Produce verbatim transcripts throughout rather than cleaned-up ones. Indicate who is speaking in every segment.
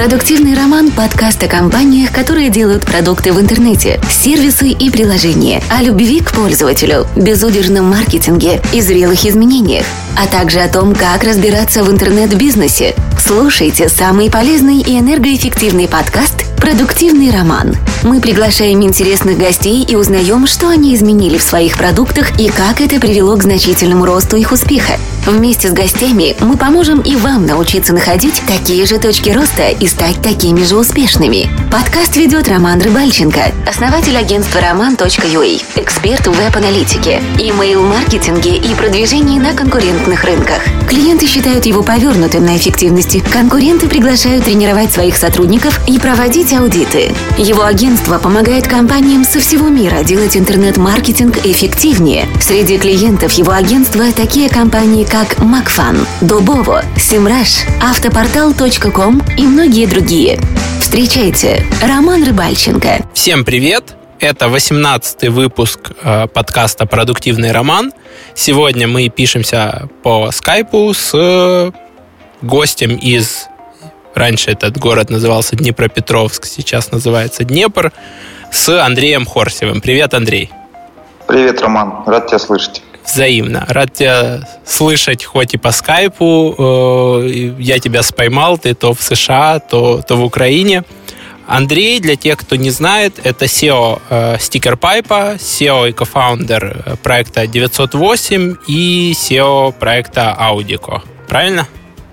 Speaker 1: Продуктивный роман – подкаст о компаниях, которые делают продукты в интернете, сервисы и приложения, о любви к пользователю, безудержном маркетинге и зрелых изменениях, а также о том, как разбираться в интернет-бизнесе. Слушайте самый полезный и энергоэффективный подкаст «Продуктивный роман». Мы приглашаем интересных гостей и узнаем, что они изменили в своих продуктах и как это привело к значительному росту их успеха. Вместе с гостями мы поможем и вам научиться находить такие же точки роста и стать такими же успешными. Подкаст ведет Роман Рыбальченко, основатель агентства роман точка ю а, эксперт в веб-аналитике, имейл-маркетинге и продвижении на конкурентных рынках. Клиенты считают его повернутым на эффективности. Конкуренты приглашают тренировать своих сотрудников и проводить аудиты. Его агентство помогает компаниям со всего мира делать интернет-маркетинг эффективнее. Среди клиентов его агентства такие компании, как Макфан, Дубово, Симраш, Автопортал точка ком и многие другие. Встречайте, Роман Рыбальченко.
Speaker 2: Всем привет! Это восемнадцатый выпуск э, подкаста «Продуктивный роман». Сегодня мы пишемся по скайпу с э, гостем из... Раньше этот город назывался Днепропетровск, сейчас называется Днепр, с Андреем Хорсевым. Привет, Андрей.
Speaker 3: Привет, Роман. Рад тебя слышать.
Speaker 2: Взаимно. Рад тебя слышать хоть и по скайпу. Я тебя споймал, ты то в США, то, то в Украине. Андрей, для тех, кто не знает, это си и о StickerPipe, си и о и кофаундер проекта девятьсот восемь и си и о проекта Audico. Правильно?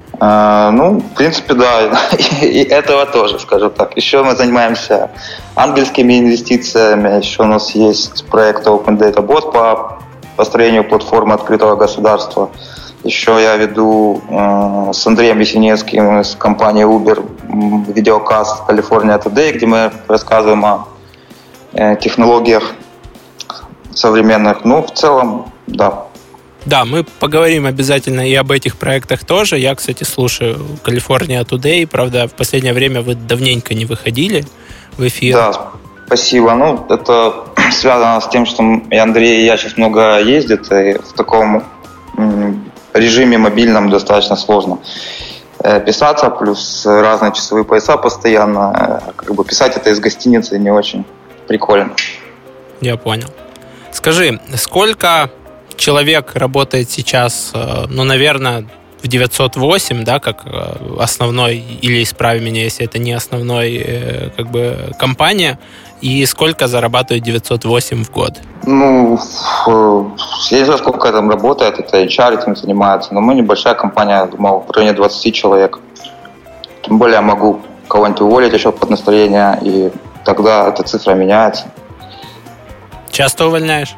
Speaker 3: А, ну, в принципе, да. И этого тоже, скажу так. Еще мы занимаемся ангельскими инвестициями. Еще у нас есть проект Open Data Bot по построению платформы открытого государства. Еще я веду э, с Андреем Есенинским из компании Uber видеокаст California Today, где мы рассказываем о э, технологиях современных. Ну, в целом, да.
Speaker 2: Да, мы поговорим обязательно и об этих проектах тоже. Я, кстати, слушаю California Today. Правда, в последнее время вы давненько не выходили в эфир.
Speaker 3: Да, спасибо. Ну, это связано с тем, что и Андрей, и я сейчас много ездит, и в таком режиме мобильном достаточно сложно писаться, плюс разные часовые пояса постоянно. Как бы писать это из гостиницы не очень прикольно.
Speaker 2: Я понял. Скажи, сколько человек работает сейчас, ну, наверное, в девятьсот восемь, да, как основной, или исправи меня, если это не основной, как бы, компания, и сколько зарабатывает девятьсот восемь в год? Ну,
Speaker 3: я не знаю, сколько там работает, это эйч ар этим занимается, но мы небольшая компания, думал, в районе двадцать человек. Тем более я могу кого-нибудь уволить еще под настроение, и тогда эта цифра меняется.
Speaker 2: Часто увольняешь?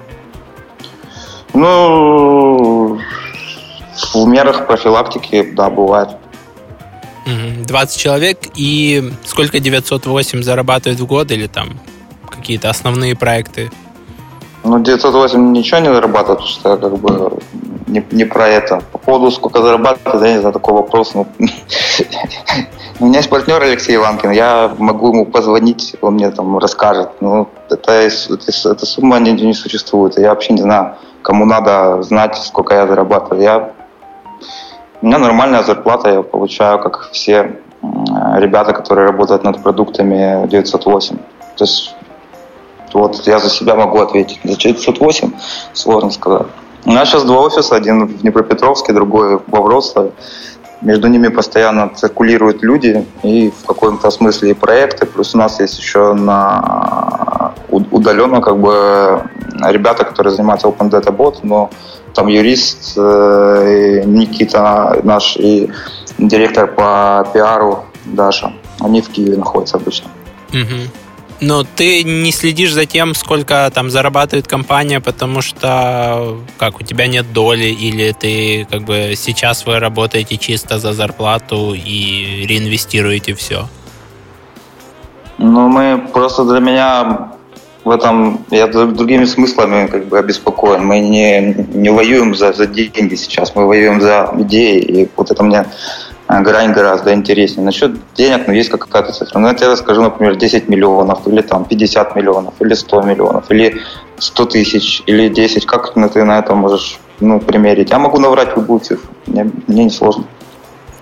Speaker 3: Ну, в мерах профилактики, да, бывает.
Speaker 2: двадцать человек, и сколько девятьсот восемь зарабатывает в год, или там какие-то основные проекты?
Speaker 3: Ну, девятьсот восемь ничего не зарабатывает, потому что как бы не, не про это. По поводу, сколько зарабатывает, я не знаю, такой вопрос. Ну, у меня есть партнер Алексей Иванкин, я могу ему позвонить, он мне там расскажет. Ну, это, это, эта сумма не, не существует, я вообще не знаю, кому надо знать, сколько я зарабатываю. Я, у меня нормальная зарплата, я получаю, как все ребята, которые работают над продуктами девятьсот восемь. То есть вот я за себя могу ответить. За девятьсот восемь сложно сказать. У нас сейчас два офиса, один в Днепропетровске, другой во Вроцлаве. Между ними постоянно циркулируют люди и в каком-то смысле и проекты. Плюс у нас есть еще на удаленно как бы ребята, которые занимаются Open Data Bot, но там юрист э, Никита наш и директор по пиару Даша. Они в Киеве находятся обычно.
Speaker 2: Угу. Но ты не следишь за тем, сколько там зарабатывает компания, потому что как у тебя нет доли, или ты как бы сейчас вы работаете чисто за зарплату и реинвестируете все?
Speaker 3: Ну, мы просто для меня в этом, я другими смыслами как бы обеспокоен. Мы не, не воюем за, за деньги сейчас, мы воюем за идеи, и вот это мне грань гораздо интереснее. Насчет денег, ну, есть какая-то цифра. Ну, я тебе скажу, например, десять миллионов, или там пятьдесят миллионов, или сто миллионов, или сто тысяч, или десять. Как ты на это можешь, ну, примерить? Я могу наврать любую цифру. Мне, мне не сложно.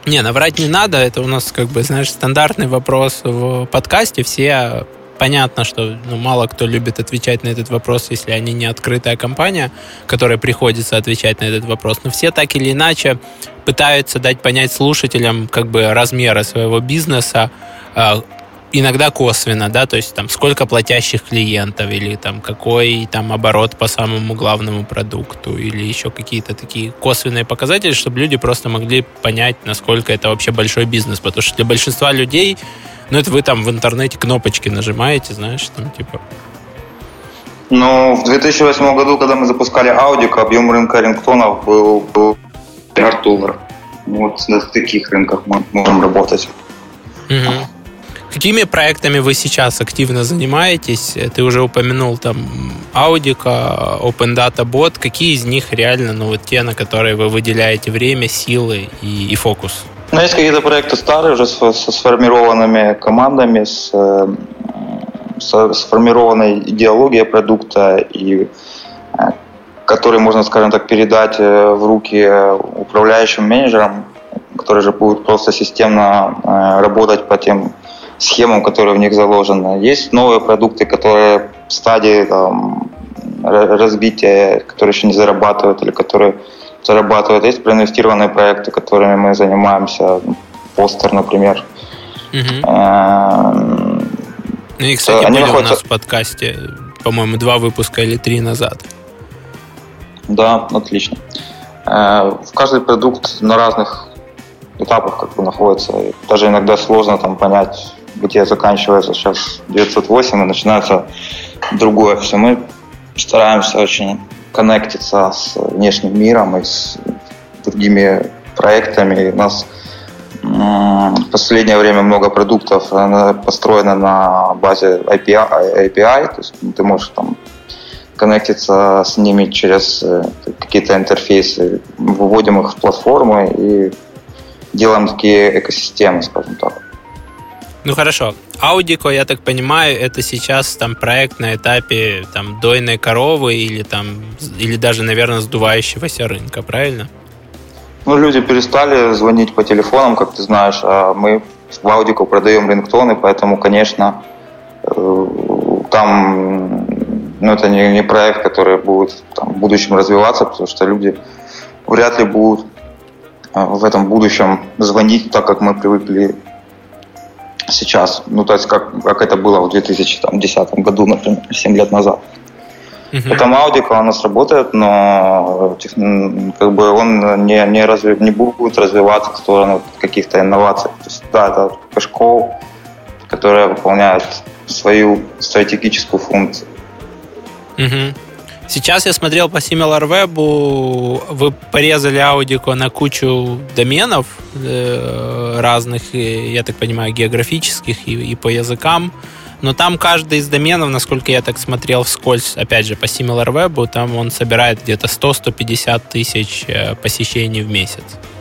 Speaker 2: Не, наврать не надо, это у нас, как бы, знаешь, стандартный вопрос в подкасте. Все, понятно, что ну, мало кто любит отвечать на этот вопрос, если они не открытая компания, которой приходится отвечать на этот вопрос. Но все так или иначе пытаются дать понять слушателям как бы размеры своего бизнеса, иногда косвенно, да, то есть там сколько платящих клиентов или там какой там оборот по самому главному продукту или еще какие-то такие косвенные показатели, чтобы люди просто могли понять, насколько это вообще большой бизнес, потому что для большинства людей, ну это вы там в интернете кнопочки нажимаете, знаешь, там типа.
Speaker 3: Ну, в две тысячи восьмом году, когда мы запускали Аудико, объем рынка рингтонов был, был миллиард долларов. Вот на таких рынках мы можем работать.
Speaker 2: Угу. Какими проектами вы сейчас активно занимаетесь? Ты уже упомянул там Audiko, Open Data Bot. Какие из них реально, ну вот те, на которые вы выделяете время, силы и, и фокус?
Speaker 3: Ну, есть какие-то проекты старые, уже со, со сформированными командами, с, со сформированной идеологией продукта, и которые можно, скажем так, передать в руки управляющим менеджерам, которые же будут просто системно работать по тем схемам, которые в них заложены. Есть новые продукты, которые в стадии там, развития, которые еще не зарабатывают или которые зарабатывают. Есть проинвестированные проекты, которыми мы занимаемся. Постер, например.
Speaker 2: Угу. Ну и, кстати,
Speaker 3: Они
Speaker 2: были
Speaker 3: находятся...
Speaker 2: у нас в подкасте, по-моему, два выпуска или три назад.
Speaker 3: Да, отлично. В каждый продукт на разных этапах как бы находится. И даже иногда сложно там понять, где заканчивается сейчас девятьсот восемь и начинается другое все. Мы стараемся очень коннектиться с внешним миром и с другими проектами. У нас в последнее время много продуктов построено на базе эй пи ай, эй пи ай, то есть ты можешь там коннектиться с ними через какие-то интерфейсы, выводим их в платформы и делаем такие экосистемы, скажем так.
Speaker 2: Ну хорошо. Audiko, я так понимаю, это сейчас там проект на этапе там дойной коровы или там или даже, наверное, сдувающегося рынка, правильно?
Speaker 3: Ну, люди перестали звонить по телефонам, как ты знаешь, а мы в Audiko продаем рингтоны, поэтому, конечно, там ну, это не, не проект, который будет там, в будущем развиваться, потому что люди вряд ли будут в этом будущем звонить так, как мы привыкли сейчас. Ну, то есть, как, как это было в две тысячи десятом году, например, семь лет назад. Uh-huh. Потом Audiko у нас работает, но как бы он не, не, разви, не будет развиваться в сторону каких-то инноваций. То есть, да, это кэш-коу, которая выполняет свою стратегическую функцию.
Speaker 2: Uh-huh. Сейчас я смотрел по SimilarWeb, вы порезали Audiko на кучу доменов э, разных, я так понимаю, географических и, и по языкам, но там каждый из доменов, насколько я так смотрел вскользь, опять же, по SimilarWeb, там он собирает где-то сто - сто пятьдесят тысяч посещений в месяц.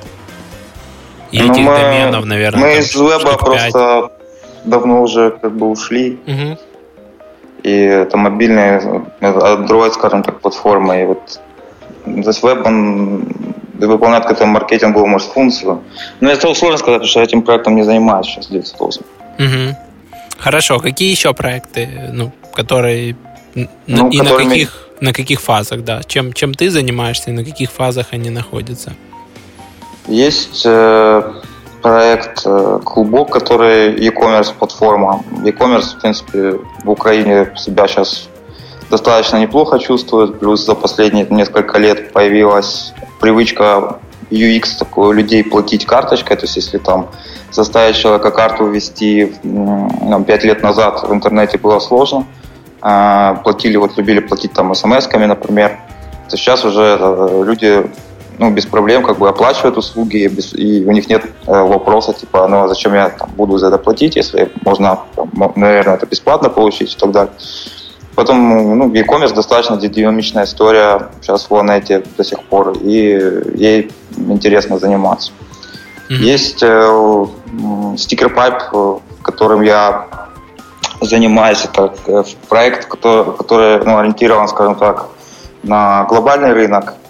Speaker 2: И
Speaker 3: ну,
Speaker 2: этих
Speaker 3: мы,
Speaker 2: доменов, наверное,
Speaker 3: мы из веба просто давно уже как бы ушли.
Speaker 2: Угу.
Speaker 3: И это мобильная, Android, скажем так, платформа. И вот здесь веб, он выполняет какую-то маркетинговую, может, функцию. Но это сложно сказать, потому что я этим проектом не занимаюсь сейчас, девятьсот восемь.
Speaker 2: Угу. Хорошо. Какие еще проекты, ну, которые...
Speaker 3: Ну,
Speaker 2: и
Speaker 3: которыми...
Speaker 2: на каких, на каких фазах, да? Чем, чем ты занимаешься и на каких фазах они находятся?
Speaker 3: Есть... Э... проект Клубок, который e-commerce платформа. E-commerce, в принципе, в Украине себя сейчас достаточно неплохо чувствует. Плюс за последние несколько лет появилась привычка ю экс такой у людей платить карточкой. То есть, если там заставить человека карту ввести ну, пять лет назад в интернете было сложно. Платили, вот любили платить там смс-ками, например. То сейчас уже люди ну, без проблем как бы оплачивают услуги, и, без, и у них нет э, вопроса, типа, ну, а зачем я там, буду за это платить, если можно, там, наверное, это бесплатно получить и так далее. Потом, ну, e-commerce достаточно динамичная история сейчас в Ланете до сих пор, и ей интересно заниматься. Mm-hmm. Есть э, StickerPipe, которым я занимаюсь, это проект, который, который ну, ориентирован, скажем так, на глобальный рынок.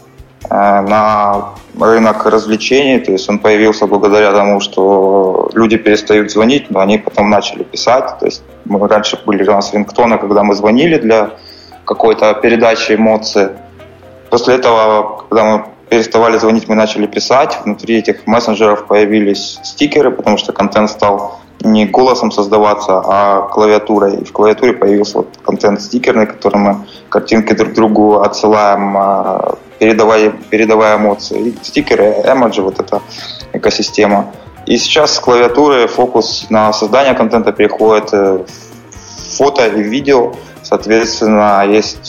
Speaker 3: на рынок развлечений, то есть он появился благодаря тому, что люди перестают звонить, но они потом начали писать, то есть мы раньше были у нас рингтоны, когда мы звонили для какой-то передачи эмоций. После этого, когда мы переставали звонить, мы начали писать, внутри этих мессенджеров появились стикеры, потому что контент стал не голосом создаваться, а клавиатурой. И в клавиатуре появился вот контент стикерный, который мы картинки друг другу отсылаем, передавая, передавая эмоции. И стикеры, эмоджи, вот эта экосистема. И сейчас с клавиатуры фокус на создание контента переходит в фото и видео. Соответственно, есть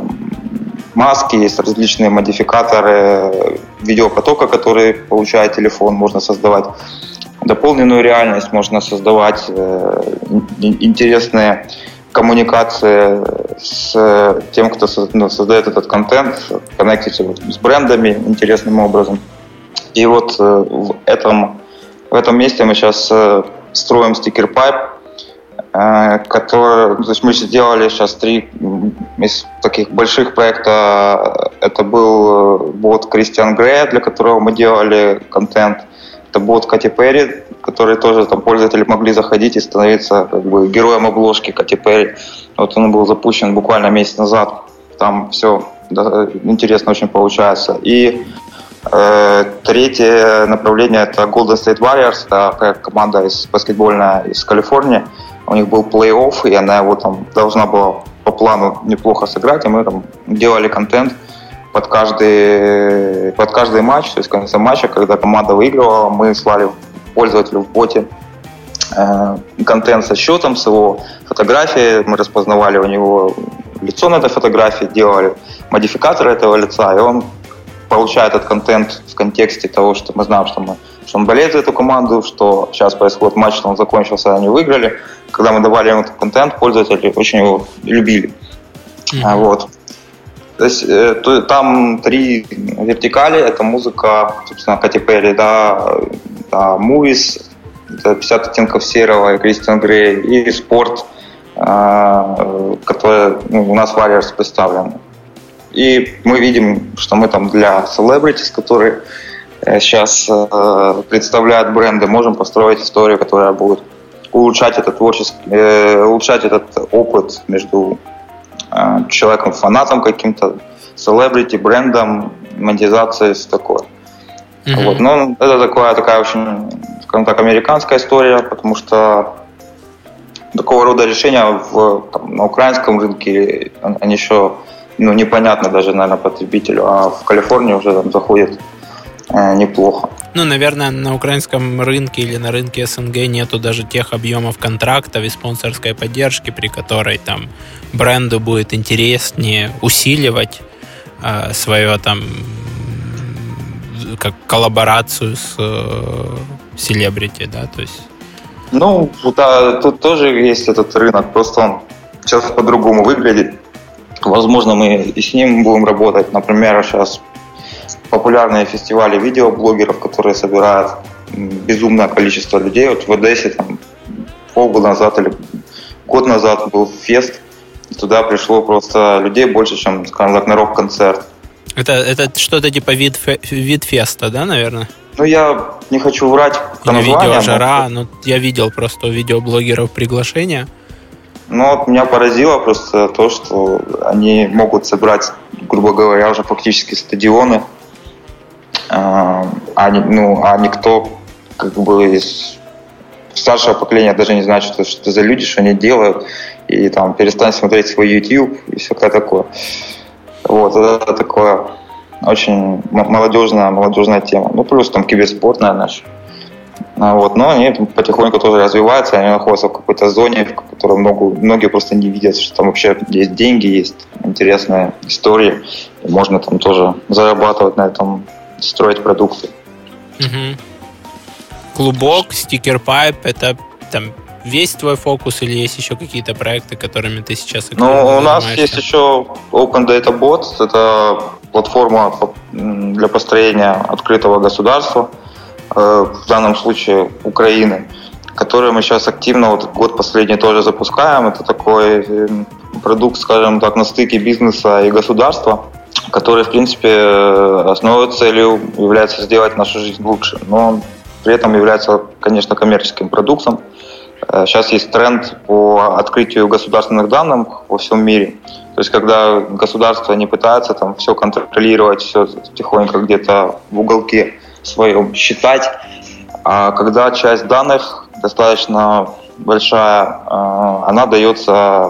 Speaker 3: маски, есть различные модификаторы видеопотока, которые получает телефон, можно создавать дополненную реальность, можно создавать э, интересные коммуникации с тем, кто ну, создает этот контент, коннектить вот с брендами интересным образом. И вот э, в, этом, в этом месте мы сейчас э, строим стикер-пайп, э, который, то есть мы сделали сейчас три из таких больших проекта. Это был бот Кристиан Грея, для которого мы делали контент. Это бот Кати Перри, который тоже там пользователи могли заходить и становиться как бы героем обложки Кати Перри. Вот он был запущен буквально месяц назад. Там все да, интересно очень получается. И э, третье направление — это Golden State Warriors, такая команда из баскетбольная из Калифорнии. У них был плей-офф, и она его там должна была по плану неплохо сыграть, и мы там делали контент под каждый, под каждый матч, то есть в конце матча, когда команда выигрывала, мы слали пользователю в боте э, контент со счетом, с его фотографией, мы распознавали у него лицо на этой фотографии, делали модификаторы этого лица, и он получает этот контент в контексте того, что мы знаем, что, мы, что он болеет за эту команду, что сейчас происходит матч, что он закончился, они выиграли. Когда мы давали ему этот контент, пользователи очень его любили. Mm-hmm. Вот. То есть э, то, там три вертикали, это музыка, собственно, Кати Перри, да, да, Movies, это пятьдесят оттенков серого и Кристиан Грей, и спорт, э, который ну, у нас Warriors представлен. И мы видим, что мы там для celebrities, которые э, сейчас э, представляют бренды, можем построить историю, которая будет улучшать этот творческий, э, улучшать этот опыт между человеком, фанатом каким-то, селебрити, брендом, монетизацией, все такое. Mm-hmm. Вот. Но это такая, такая очень, скажем так, американская история, потому что такого рода решения в, там, на украинском рынке, они еще ну, непонятны даже, наверное, потребителю, а в Калифорнии уже там заходит э, неплохо.
Speaker 2: Ну, наверное, на украинском рынке или на рынке СНГ нету даже тех объемов контрактов и спонсорской поддержки, при которой там бренду будет интереснее усиливать э, свою там как коллаборацию с селебрити, да, то есть.
Speaker 3: Ну, да, тут тоже есть этот рынок, просто он сейчас по-другому выглядит. Возможно, мы и с ним будем работать. Например, сейчас популярные фестивали видеоблогеров, которые собирают безумное количество людей. Вот в Одессе там полгода назад или год назад был фест, и туда пришло просто людей больше, чем, скажем так, на рок-концерт.
Speaker 2: Это, это что-то типа вид, вид феста, да, наверное?
Speaker 3: Ну, я не хочу врать по названию.
Speaker 2: Видеожара, но я видел просто у видеоблогеров приглашения.
Speaker 3: Ну, вот меня поразило просто то, что они могут собрать, грубо говоря, уже фактически стадионы, а, ну, а никто как бы из старшего поколения даже не знает, что, что это за люди, что они делают, и там перестанет смотреть свой YouTube и всякое такое. Вот, это такое очень молодежная, молодежная тема. Ну, плюс там киберспорт, наверное, еще. Вот, но они потихоньку тоже развиваются, они находятся в какой-то зоне, в которой много, многие просто не видят, что там вообще есть деньги, есть интересные истории, и можно там тоже зарабатывать на этом, строить продукты.
Speaker 2: Угу. Клубок, стикер-пайп, это там весь твой фокус или есть еще какие-то проекты, которыми ты сейчас активно
Speaker 3: занимаешься? Ну, у нас
Speaker 2: занимаешься?
Speaker 3: есть еще Open Data Bot, это платформа для построения открытого государства, в данном случае Украины, который мы сейчас активно, вот год последний тоже запускаем. Это такой продукт, скажем так, на стыке бизнеса и государства. который, в принципе, основной целью является сделать нашу жизнь лучше, но при этом является, конечно, коммерческим продуктом. Сейчас есть тренд по открытию государственных данных во всем мире. То есть, когда государство не пытается там все контролировать, все тихонько где-то в уголке своем считать, а когда часть данных достаточно большая, она дается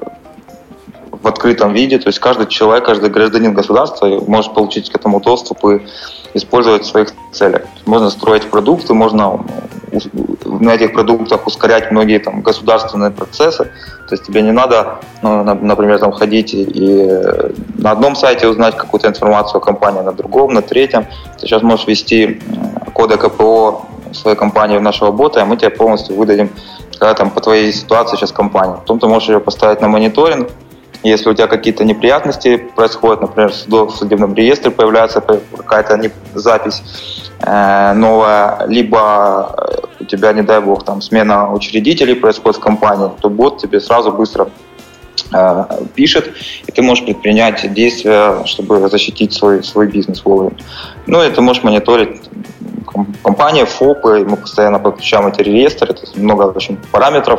Speaker 3: в открытом виде, то есть каждый человек, каждый гражданин государства может получить к этому доступ и использовать в своих целях. Можно строить продукты, можно на этих продуктах ускорять многие там государственные процессы. То есть тебе не надо, ну, например, там ходить и на одном сайте узнать какую-то информацию о компании, на другом, на третьем. Ты сейчас можешь ввести коды ка пэ о своей компании в нашего бота, и мы тебе полностью выдадим, когда там по твоей ситуации сейчас компания. Потом ты можешь ее поставить на мониторинг. Если у тебя какие-то неприятности происходят, например, в судебном реестре появляется какая-то запись э, новая, либо у тебя, не дай бог, там смена учредителей происходит в компании, то бот тебе сразу быстро э, пишет, и ты можешь предпринять действия, чтобы защитить свой, свой бизнес вовремя. Ну и ты можешь мониторить компании, ФОПы, мы постоянно подключаем эти реестры, это много очень параметров.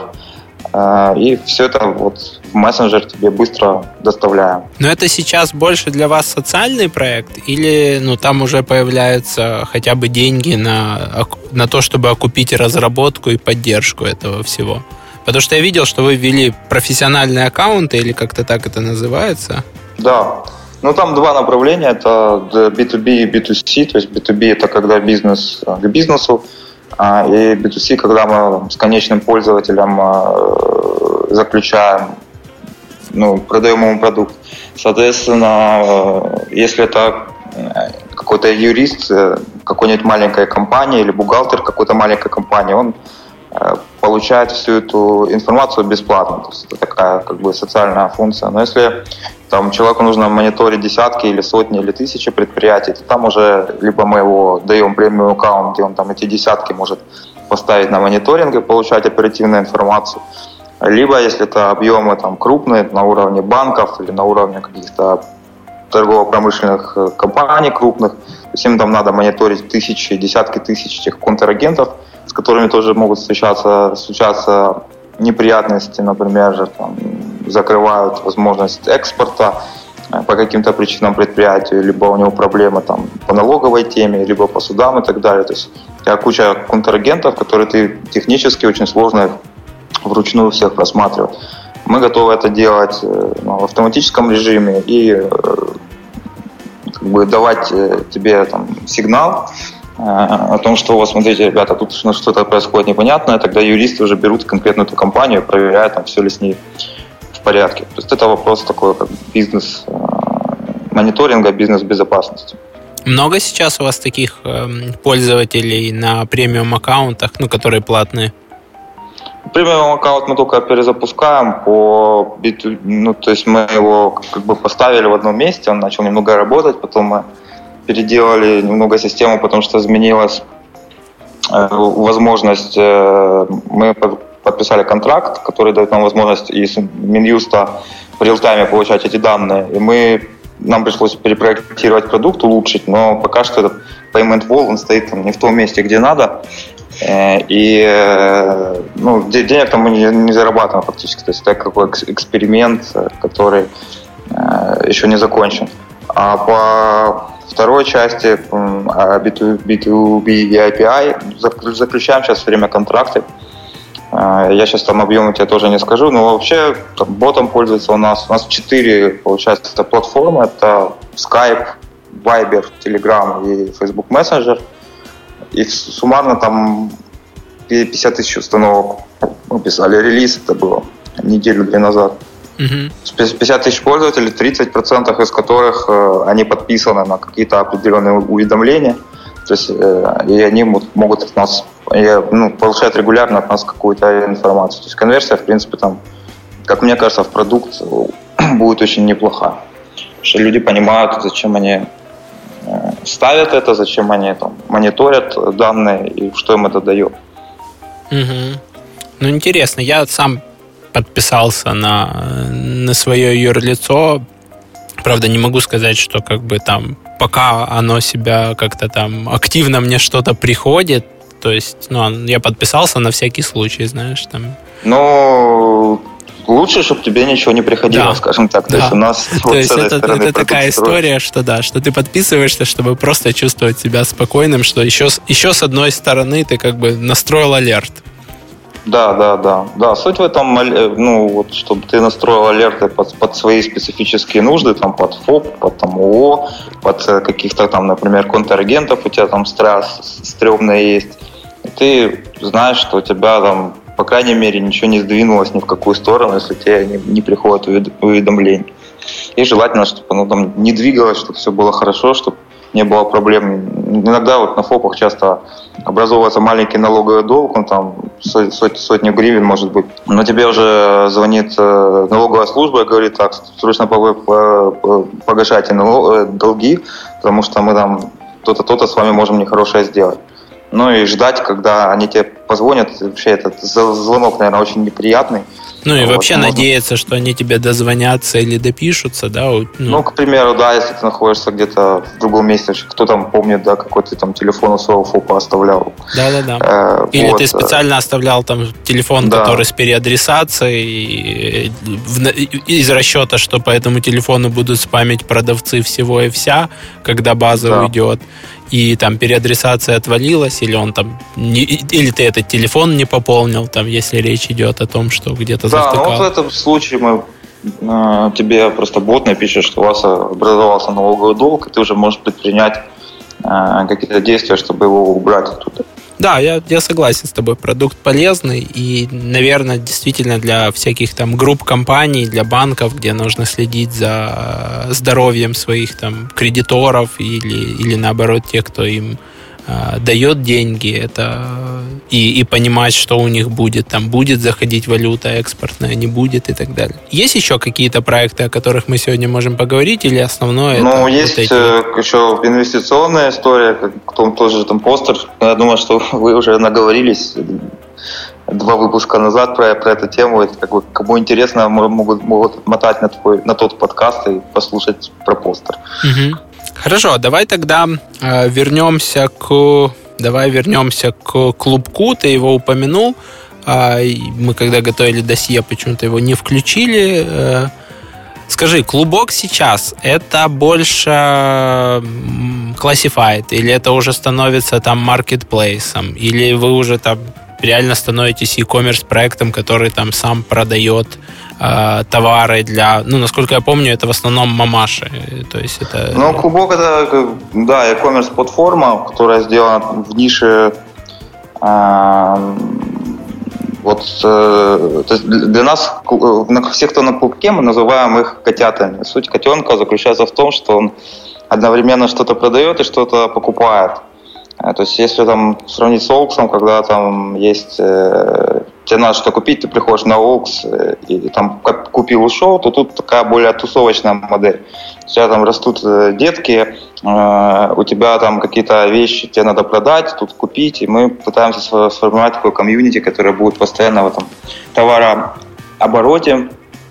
Speaker 3: И все это вот в мессенджер тебе быстро доставляем.
Speaker 2: Но это сейчас больше для вас социальный проект? Или ну, там уже появляются хотя бы деньги на, на то, чтобы окупить разработку и поддержку этого всего? Потому что я видел, что вы ввели профессиональные аккаунты, или как-то так это называется.
Speaker 3: Да. Ну, там два направления. Это би ту би и би ту си. То есть би ту би – это когда бизнес к бизнесу, и би ту си, когда мы с конечным пользователем заключаем, ну, продаем ему продукт. Соответственно, если это какой-то юрист какой-нибудь маленькой компании или бухгалтер какой-то маленькой компании, он получает всю эту информацию бесплатно. То есть это такая как бы социальная функция. Но если там человеку нужно мониторить десятки или сотни или тысячи предприятий, то там уже либо мы его даем премиум аккаунт, где он там эти десятки может поставить на мониторинг и получать оперативную информацию. Либо если это объемы там крупные, на уровне банков или на уровне каких-то торгово-промышленных компаний крупных, то есть им там надо мониторить тысячи, десятки тысяч этих контрагентов, с которыми тоже могут случаться, случаться неприятности, например, там, закрывают возможность экспорта по каким-то причинам предприятию, либо у него проблемы там, по налоговой теме, либо по судам и так далее. То есть у тебя куча контрагентов, которые ты технически очень сложно вручную всех просматривать. Мы готовы это делать ну, в автоматическом режиме и как бы давать тебе там, сигнал о том, что вот смотрите, ребята, тут что-то происходит непонятное, тогда юристы уже берут конкретную эту компанию, проверяют, там, все ли с ней в порядке. То есть это вопрос такой, как бизнес-мониторинга, бизнес-безопасности.
Speaker 2: Много сейчас у вас таких э, пользователей на премиум-аккаунтах, ну, которые платные?
Speaker 3: Премиум аккаунт мы только перезапускаем по би ту би, ну, то есть мы его как бы поставили в одном месте, он начал немного работать, потом мы переделали немного систему, потому что изменилась э, возможность, э, мы подписали контракт, который дает нам возможность из Минюста в реал-тайме получать эти данные, и мы, нам пришлось перепроектировать продукт, улучшить, но пока что этот payment wall, он стоит там не в том месте, где надо, э, и э, ну, денег там мы не, не зарабатываем фактически, то есть это какой эксперимент, который э, еще не закончен. А по второй части би ту би и эй пи ай заключаем сейчас все время контракты. Я сейчас там объемы тебе тоже не скажу, но вообще там, ботом пользуется у нас. У нас четыре, получается, это платформы. Это Skype, Viber, Telegram и Facebook Messenger. И суммарно там пятьдесят тысяч установок. Мы писали релиз, это было неделю-две назад. Uh-huh. пятьдесят тысяч пользователей, тридцать процентов из которых э, они подписаны на какие-то определенные уведомления, то есть э, и они могут от нас и, ну, получать регулярно от нас какую-то информацию. То есть конверсия, в принципе, там, как мне кажется, в продукт будет очень неплохая. Потому что люди понимают, зачем они э, ставят это, зачем они там мониторят данные и что им это дает.
Speaker 2: Uh-huh. Ну, интересно, я сам подписался на, на свое юрлицо Правда, не могу сказать, что как бы там пока оно себя как-то там активно мне что-то приходит. То есть, ну, я подписался на всякий случай, знаешь, там.
Speaker 3: Ну, лучше, чтобы тебе ничего не приходило, да. скажем так.
Speaker 2: Да.
Speaker 3: То есть у нас
Speaker 2: То
Speaker 3: вот
Speaker 2: есть
Speaker 3: с этой
Speaker 2: это,
Speaker 3: стороны
Speaker 2: это такая
Speaker 3: строить.
Speaker 2: история, что да, что ты подписываешься, чтобы просто чувствовать себя спокойным, что еще, еще с одной стороны ты как бы настроил алерт.
Speaker 3: Да, да, да. Да, суть в этом, ну, вот, чтобы ты настроил алерты под, под свои специфические нужды, там, под ФОП, под там, ООО, под каких-то там, например, контрагентов, у тебя там стресс стрёмный есть. И ты знаешь, что у тебя там, по крайней мере, ничего не сдвинулось ни в какую сторону, если тебе не, не приходит уведомление. И желательно, чтобы оно там не двигалось, чтобы все было хорошо, чтобы не было проблем. Иногда вот на ФОПах часто образовывается маленький налоговый долг, он там сот, сот, сотню гривен может быть. Но тебе уже звонит налоговая служба и говорит: так, срочно погашайте долги, потому что мы там то-то, то-то с вами можем нехорошее сделать. Ну и ждать, когда они тебе позвонят, вообще этот звонок, наверное, очень неприятный.
Speaker 2: Ну и вот, вообще можно... надеяться, что они тебе дозвонятся или допишутся, да? Ну.
Speaker 3: ну, к примеру, да, если ты находишься где-то в другом месте, кто там помнит, да, какой ты там телефон у своего ФОПа оставлял.
Speaker 2: Да-да-да.
Speaker 3: Э,
Speaker 2: или
Speaker 3: вот.
Speaker 2: ты специально оставлял там телефон, да. который с переадресацией, из расчета, что по этому телефону будут спамить продавцы всего и вся, когда база да. уйдет. И там переадресация отвалилась, или он там не, или ты этот телефон не пополнил, там, если речь идет о том, что где-то
Speaker 3: да,
Speaker 2: завтыкал.
Speaker 3: Да, ну вот в этом случае мы э, тебе просто бот напишет, что у вас образовался налоговый долг, и ты уже можешь предпринять э, какие-то действия, чтобы его убрать оттуда.
Speaker 2: Да, я, я согласен с тобой. Продукт полезный и, наверное, действительно для всяких там групп компаний, для банков, где нужно следить за здоровьем своих там кредиторов или, или наоборот тех, кто им э, дает деньги, это и, и понимать, что у них будет, там будет заходить валюта экспортная, не будет и так далее. Есть еще какие-то проекты, о которых мы сегодня можем поговорить, или основное?
Speaker 3: Ну, есть вот эти... еще инвестиционная история, как том тоже там постер. Я думаю, что вы уже наговорились два выпуска назад про, про эту тему. Это как бы, кому интересно, могут, могут мотать на, твой, на тот подкаст и послушать про постер.
Speaker 2: Угу. Хорошо, давай тогда э, вернемся к... Давай вернемся к Клубку. Ты его упомянул. Мы когда готовили досье, почему-то его не включили. Скажи, Клубок сейчас это больше classified, или это уже становится там маркетплейсом, или вы уже там реально становитесь e-commerce проектом, который там сам продает э, товары для, ну, насколько я помню, это в основном мамаши. То есть это...
Speaker 3: Ну, Клубок это, да, e-commerce платформа, которая сделана в нише э, вот э, то есть для нас, всех, кто на Клубке, мы называем их котятами. Суть котенка заключается в том, что он одновременно что-то продает и что-то покупает. То есть, если там сравнить с Олксом, когда там есть, э, тебе надо что-то купить, ты приходишь на Олкс э, и там купил, ушел, то тут такая более тусовочная модель. У тебя там растут детки, э, у тебя там какие-то вещи тебе надо продать, тут купить, и мы пытаемся сформировать такой комьюнити, который будет постоянно в этом товарообороте,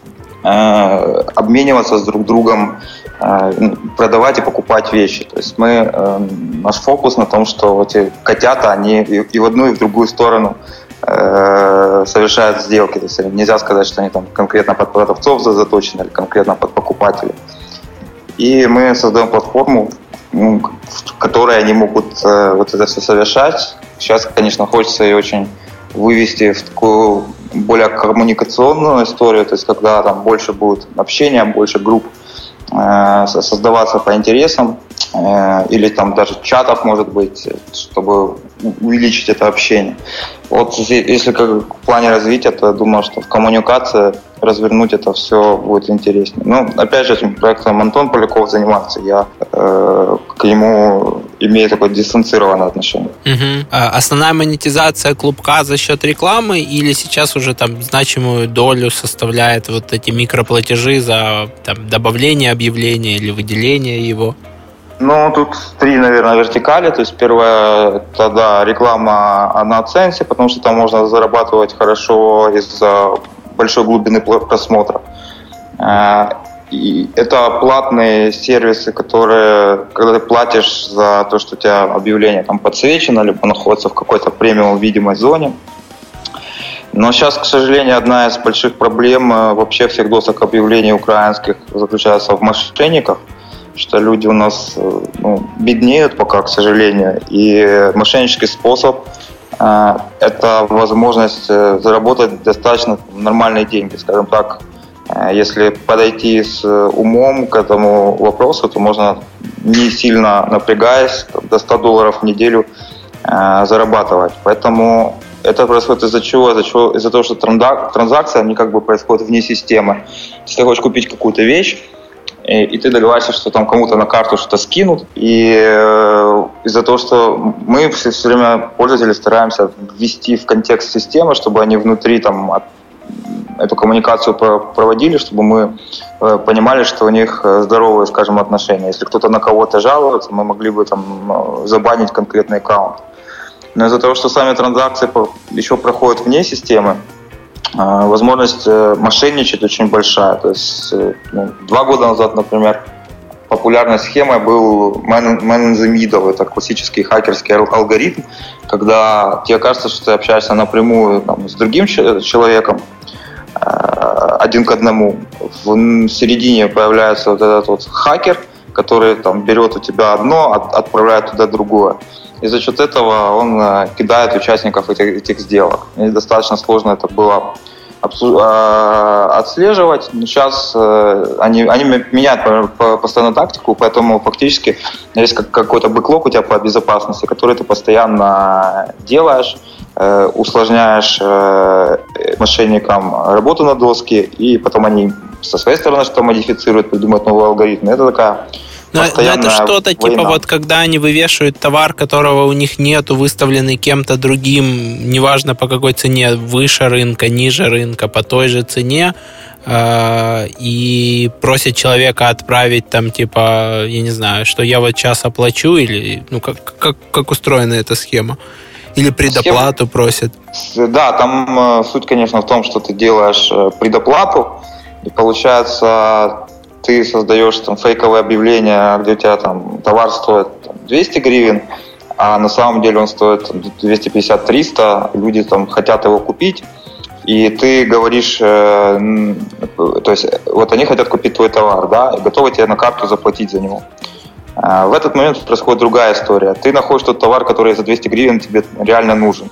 Speaker 3: э, обмениваться с друг другом, продавать и покупать вещи. То есть мы, э, наш фокус на том, что эти котята, они и, и в одну, и в другую сторону э, совершают сделки. То есть нельзя сказать, что они там конкретно под продавцов заточены или конкретно под покупателей. И мы создаем платформу, ну, в которой они могут э, вот это все совершать. Сейчас, конечно, хочется ее очень вывести в такую более коммуникационную историю, то есть когда там больше будет общения, больше групп создаваться по интересам, или там даже чатов, может быть, чтобы увеличить это общение. Вот если как в плане развития, то я думаю, что в коммуникации развернуть это все будет интереснее. Ну, опять же, этим проектом Антон Поляков занимается. Я э, к нему имею такое дистанцированное отношение.
Speaker 2: Угу. А основная монетизация Клубка за счет рекламы или сейчас уже там значимую долю составляет вот эти микроплатежи за там, добавление объявления или выделение его?
Speaker 3: Ну, тут три, наверное, вертикали. То есть первая, это, да, реклама на AdSense, потому что там можно зарабатывать хорошо из-за большой глубины просмотра. и это платные сервисы, которые, когда ты платишь за то, что у тебя объявление там подсвечено, либо находится в какой-то премиум видимой зоне. Но сейчас, к сожалению, одна из больших проблем вообще всех досок объявлений украинских заключается в мошенниках, что люди у нас ну, беднеют пока, к сожалению, и мошеннический способ э, – это возможность заработать достаточно нормальные деньги, скажем так. Если подойти с умом к этому вопросу, то можно, не сильно напрягаясь, до ста долларов в неделю э, зарабатывать. Поэтому это происходит из-за чего? Из-за чего? Из-за того, что транзакция, они как бы происходят вне системы. Если ты хочешь купить какую-то вещь, и, и ты договариваешься, что там кому-то на карту что-то скинут, и э, из-за того, что мы все, все время, пользователи, стараемся ввести в контекст системы, чтобы они внутри там от, эту коммуникацию проводили, чтобы мы э, понимали, что у них здоровые, скажем, отношения. Если кто-то на кого-то жалуется, мы могли бы там забанить конкретный аккаунт. Но из-за того, что сами транзакции еще проходят вне системы, возможность мошенничать очень большая. То есть ну, два года назад, например, популярной схемой был Man in the Middle. Это классический хакерский алгоритм, когда тебе кажется, что ты общаешься напрямую там, с другим человеком, один к одному. В середине появляется вот этот вот хакер, который там берет у тебя одно, отправляет туда другое. И за счет этого он э, кидает участников этих, этих сделок. И достаточно сложно это было обсу- э, отслеживать. Но сейчас э, они, они меняют постоянно тактику, поэтому фактически есть как, какой-то бэклог у тебя по безопасности, который ты постоянно делаешь, э, усложняешь э, мошенникам работу на доске, и потом они со своей стороны что-то модифицируют, придумывают новые алгоритмы. Это такая...
Speaker 2: Но, но это что-то война. Типа вот когда они вывешивают товар, которого у них нету, выставленный кем-то другим, неважно по какой цене, выше рынка, ниже рынка, по той же цене, э, и просят человека отправить там типа, я не знаю, что я вот сейчас оплачу, или ну как, как, как устроена эта схема? Или предоплату Схема... просят?
Speaker 3: Да, там э, суть, конечно, в том, что ты делаешь э, предоплату, и получается... Ты создаешь там фейковое объявление, где у тебя там товар стоит там, двести гривен, а на самом деле он стоит двести пятьдесят - триста, люди там хотят его купить, и ты говоришь, э, то есть вот они хотят купить твой товар, да, и готовы тебе на карту заплатить за него. А в этот момент происходит другая история. Ты находишь тот товар, который за двести гривен тебе реально нужен.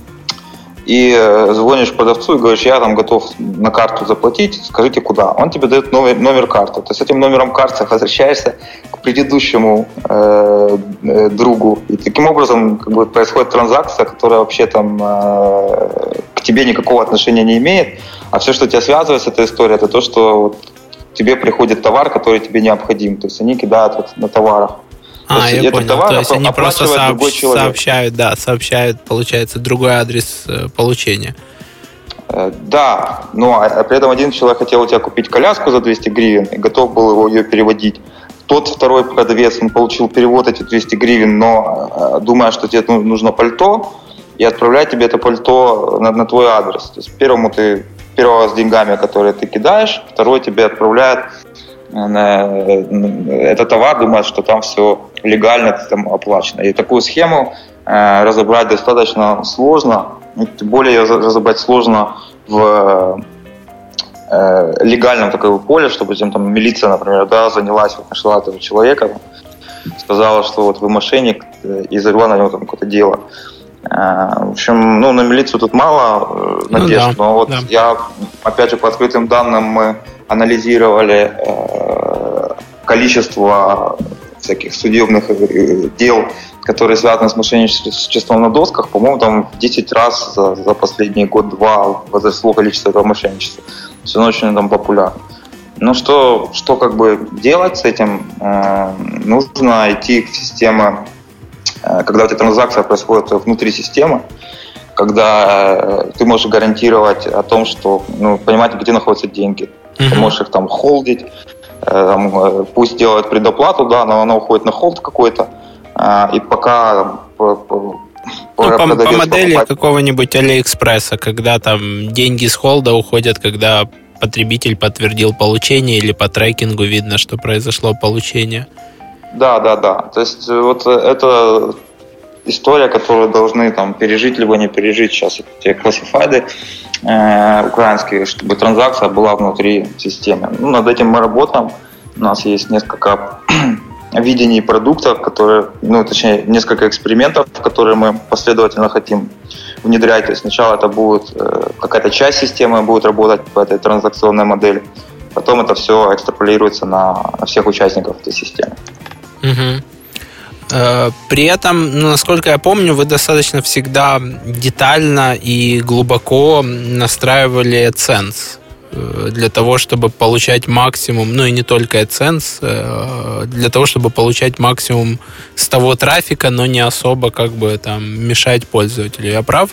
Speaker 3: И звонишь продавцу и говоришь, я там готов на карту заплатить, скажите куда. Он тебе дает номер, номер карты. То есть с этим номером карты возвращаешься к предыдущему э, э, другу. И таким образом как бы, происходит транзакция, которая вообще там э, к тебе никакого отношения не имеет. А все, что тебя связывает с этой историей, это то, что вот, тебе приходит товар, который тебе необходим. То есть они кидают вот, на товарах.
Speaker 2: А, то я понял. Товар то есть они просто сообщ... сообщают, да, сообщают, получается, другой адрес получения.
Speaker 3: Да, но при этом один человек хотел у тебя купить коляску за двести гривен и готов был его ее переводить. Тот второй продавец, он получил перевод эти двести гривен, но думая, что тебе нужно пальто, и отправляет тебе это пальто на, на твой адрес. То есть первому ты, первого с деньгами, которые ты кидаешь, второй тебе отправляет этот товар, думает, что там все легально там оплачено. И такую схему э, разобрать достаточно сложно. Тем более ее разобрать сложно в э, легальном таком поле, чтобы там, там милиция, например, да, занялась, вот, нашла этого человека, сказала, что вот вы мошенник, и завела на него там какое-то дело. Э, в общем, ну, на милицию тут мало э, надежд, ну, да, но вот да. я, опять же, по открытым данным мы анализировали э, количество всяких судебных дел, которые связаны с мошенничеством на досках. По-моему, там в десять раз за, за последний год-два возросло количество этого мошенничества. Все равно очень там популярно. Ну что, что как бы делать с этим? Э, нужно идти в систему, э, когда эта транзакция происходит внутри системы, когда ты можешь гарантировать о том, что, ну, понимать, где находятся деньги. Ты можешь их там холдить, там, пусть делают предоплату, да, но она уходит на холд какой-то, и пока по, по,
Speaker 2: ну, по, по модели покупать... какого-нибудь Алиэкспресса, когда там деньги с холда уходят, когда потребитель подтвердил получение или по трекингу видно, что произошло получение.
Speaker 3: Да, да, да. То есть вот это история, которую должны там пережить либо не пережить сейчас эти классифайды э, украинские, чтобы транзакция была внутри системы. Ну, над этим мы работаем. У нас есть несколько видений продуктов, которые, ну, точнее, несколько экспериментов, которые мы последовательно хотим внедрять. То есть сначала это будет э, какая-то часть системы будет работать по этой транзакционной модели, потом это все экстраполируется на, на всех участников этой системы.
Speaker 2: Угу. При этом, ну, насколько я помню, вы достаточно всегда детально и глубоко настраивали AdSense для того, чтобы получать максимум, ну и не только AdSense, для того, чтобы получать максимум с того трафика, но не особо как бы там мешать пользователю. Я прав?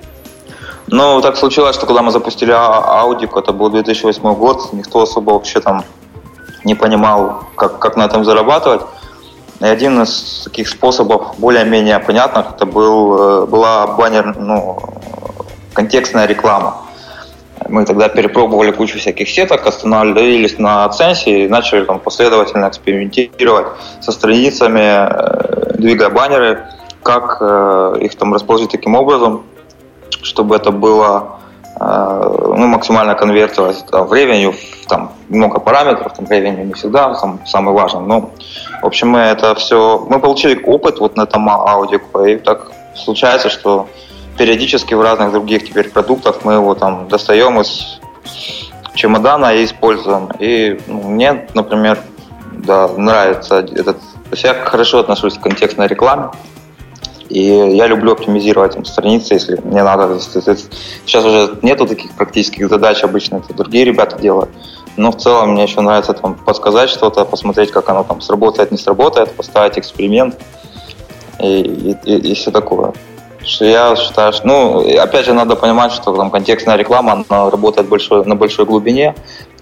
Speaker 3: Ну, так случилось, что когда мы запустили Аудику, это был две тысячи восьмой год, никто особо вообще там не понимал, как, как на этом зарабатывать. И один из таких способов более-менее понятных, это был, была баннер, ну, контекстная реклама. Мы тогда перепробовали кучу всяких сеток, остановились на AdSense и начали там последовательно экспериментировать со страницами, двигая баннеры, как их там расположить таким образом, чтобы это было, ну, максимально конвертировать в ревеню. Там много параметров, там ревеню не всегда там, самый важный, но в общем мы это все, мы получили опыт вот на этом аудику, и так случается, что периодически в разных других теперь продуктах мы его там достаем из чемодана и используем. И, ну, мне, например, да, нравится этот, то есть я хорошо отношусь к контекстной рекламе. И я люблю оптимизировать там страницы, если мне надо. Сейчас уже нету таких практических задач, обычно это другие ребята делают. Но в целом мне еще нравится там подсказать что-то, посмотреть, как оно там сработает, не сработает, поставить эксперимент и, и, и, и все такое. Что я считаю, что, ну, опять же, надо понимать, что там контекстная реклама, она работает большой, на большой глубине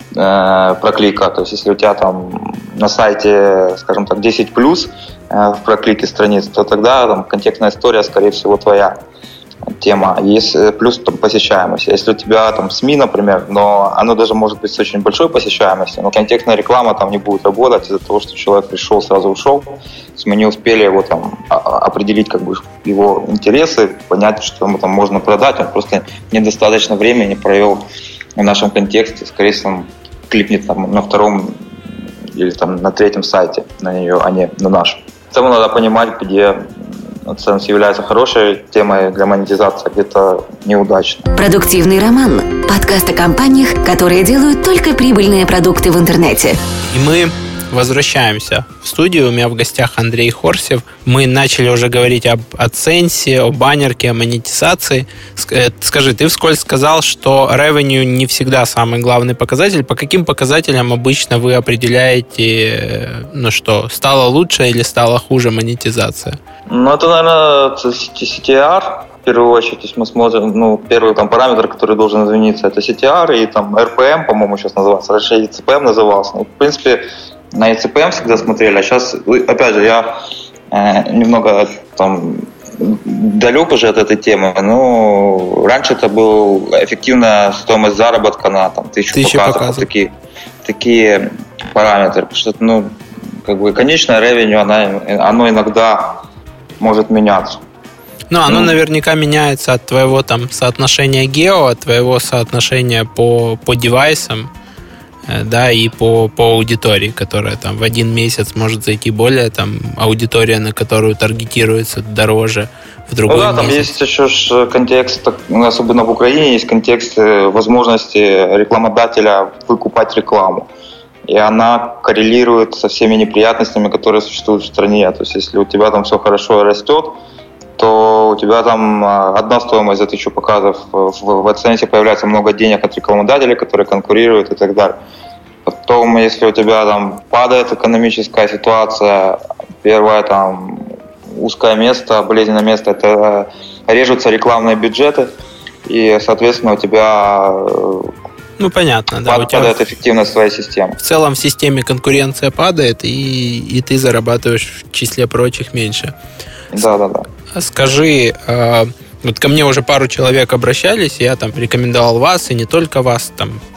Speaker 3: э, проклика. То есть, если у тебя там на сайте, скажем так, десять плюс э, в проклике страниц, то тогда там контекстная история, скорее всего, твоя тема. Есть плюс там посещаемость. Если у тебя там СМИ, например, но оно даже может быть с очень большой посещаемостью, но контекстная реклама там не будет работать из-за того, что человек пришел, сразу ушел. То есть мы не успели его там определить как бы его интересы, понять, что ему там можно продать. Он просто недостаточно времени провел в нашем контексте. Скорее всего, он кликнет там на втором или там на третьем сайте на нее, а не на наш. Поэтому надо понимать, где AdSense является хорошей темой для монетизации, где-то неудачной.
Speaker 1: Продуктивный роман. Подкаст о компаниях, которые делают только прибыльные продукты в интернете.
Speaker 2: И мы возвращаемся в студию. У меня в гостях Андрей Хорсев. Мы начали уже говорить об AdSense, о баннерке, о монетизации. Скажи, ты вскользь сказал, что revenue не всегда самый главный показатель. По каким показателям обычно вы определяете, ну что, стало лучше или стало хуже монетизация?
Speaker 3: Ну, это, наверное, си ти ар в первую очередь. То есть мы смотрим, ну, первый там параметр, который должен измениться, это си ти ар и там эр пи эм, по-моему, сейчас называется. Раньше и си пи эм назывался. Ну, в принципе, на и си пи эм всегда смотрели, а сейчас, опять же, я э, немного там далек уже от этой темы. Ну, раньше это была эффективная стоимость заработка на там, тысячу, тысячу показов. показов. Такие, такие параметры. Потому что, ну, как бы конечное ревеню, оно, оно иногда может меняться.
Speaker 2: Ну, оно mm. наверняка меняется от твоего там соотношения гео, от твоего соотношения по, по девайсам, да, и по, по аудитории, которая там в один месяц может зайти более, там, аудитория, на которую таргетируется дороже, в другой
Speaker 3: ну, да,
Speaker 2: месяц.
Speaker 3: Там есть еще ж контекст, особенно в Украине, есть контекст возможности рекламодателя выкупать рекламу. И она коррелирует со всеми неприятностями, которые существуют в стране. То есть, если у тебя там все хорошо растет, то у тебя там одна стоимость за тысячу показов, в AdSense появляется много денег от рекламодателей, которые конкурируют и так далее. Потом, если у тебя там падает экономическая ситуация, первое там узкое место, болезненное место, это режутся рекламные бюджеты, и, соответственно, у тебя
Speaker 2: ну, понятно, да.
Speaker 3: Падает у тебя эффективность своей системы.
Speaker 2: В целом в системе конкуренция падает, и, и ты зарабатываешь в числе прочих меньше.
Speaker 3: Да, да, да.
Speaker 2: Скажи, э, вот ко мне уже пару человек обращались, я там рекомендовал вас, и не только вас, там, вот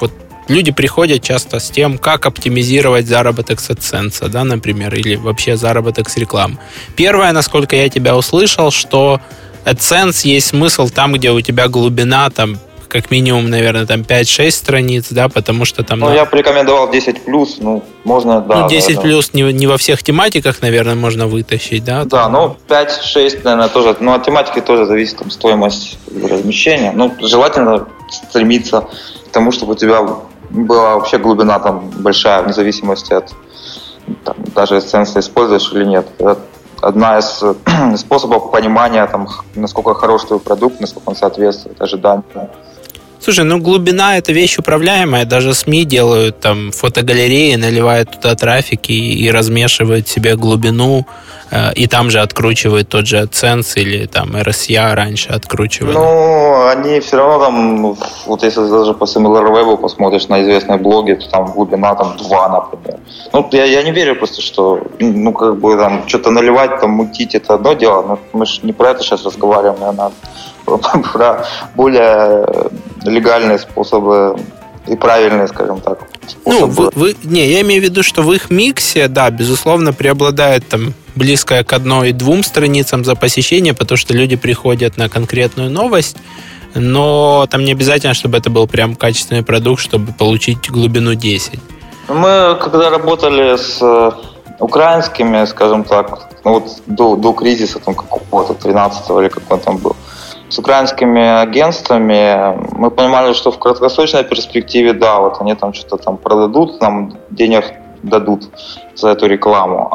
Speaker 2: люди приходят часто с тем, как оптимизировать заработок с AdSense, да, например, или вообще заработок с рекламы. Первое, насколько я тебя услышал, что AdSense есть смысл там, где у тебя глубина, там, как минимум, наверное, там пять-шесть страниц, да, потому что там...
Speaker 3: Ну, на... я бы рекомендовал десять плюс, ну, можно, да.
Speaker 2: Ну, десять плюс не, не во всех тематиках, наверное, можно вытащить, да?
Speaker 3: Да, там... ну, пять-шесть, наверное, тоже, ну, от тематики тоже зависит там стоимость размещения. Ну, желательно стремиться к тому, чтобы у тебя была вообще глубина там большая, вне зависимости от, там, даже AdSense используешь или нет. Это одна из способов понимания, там, насколько хорош твой продукт, насколько он соответствует ожиданиям.
Speaker 2: Слушай, ну глубина – это вещь управляемая. Даже СМИ делают там фотогалереи, наливают туда трафик и, и размешивают себе глубину, э, и там же откручивают тот же AdSense или там эр эс и эй раньше откручивали.
Speaker 3: Ну, они все равно там, вот если даже по SimilarWeb посмотришь на известные блоги, то там глубина там два, например. Ну, я, я не верю просто, что, ну, как бы там что-то наливать, там, мутить – это одно дело, но мы же не про это сейчас разговариваем, наверное, про более легальные способы и правильные, скажем так, способы.
Speaker 2: Ну, вы, вы, не, я имею в виду, что в их миксе, да, безусловно, преобладает там близкое к одной-двум страницам за посещение, потому что люди приходят на конкретную новость, но там не обязательно, чтобы это был прям качественный продукт, чтобы получить глубину десять.
Speaker 3: Мы, когда работали с украинскими, скажем так, ну вот до, до кризиса там какого-то тринадцатого или какой он там был, с украинскими агентствами, мы понимали, что в краткосрочной перспективе, да, вот они там что-то там продадут, нам денег дадут за эту рекламу.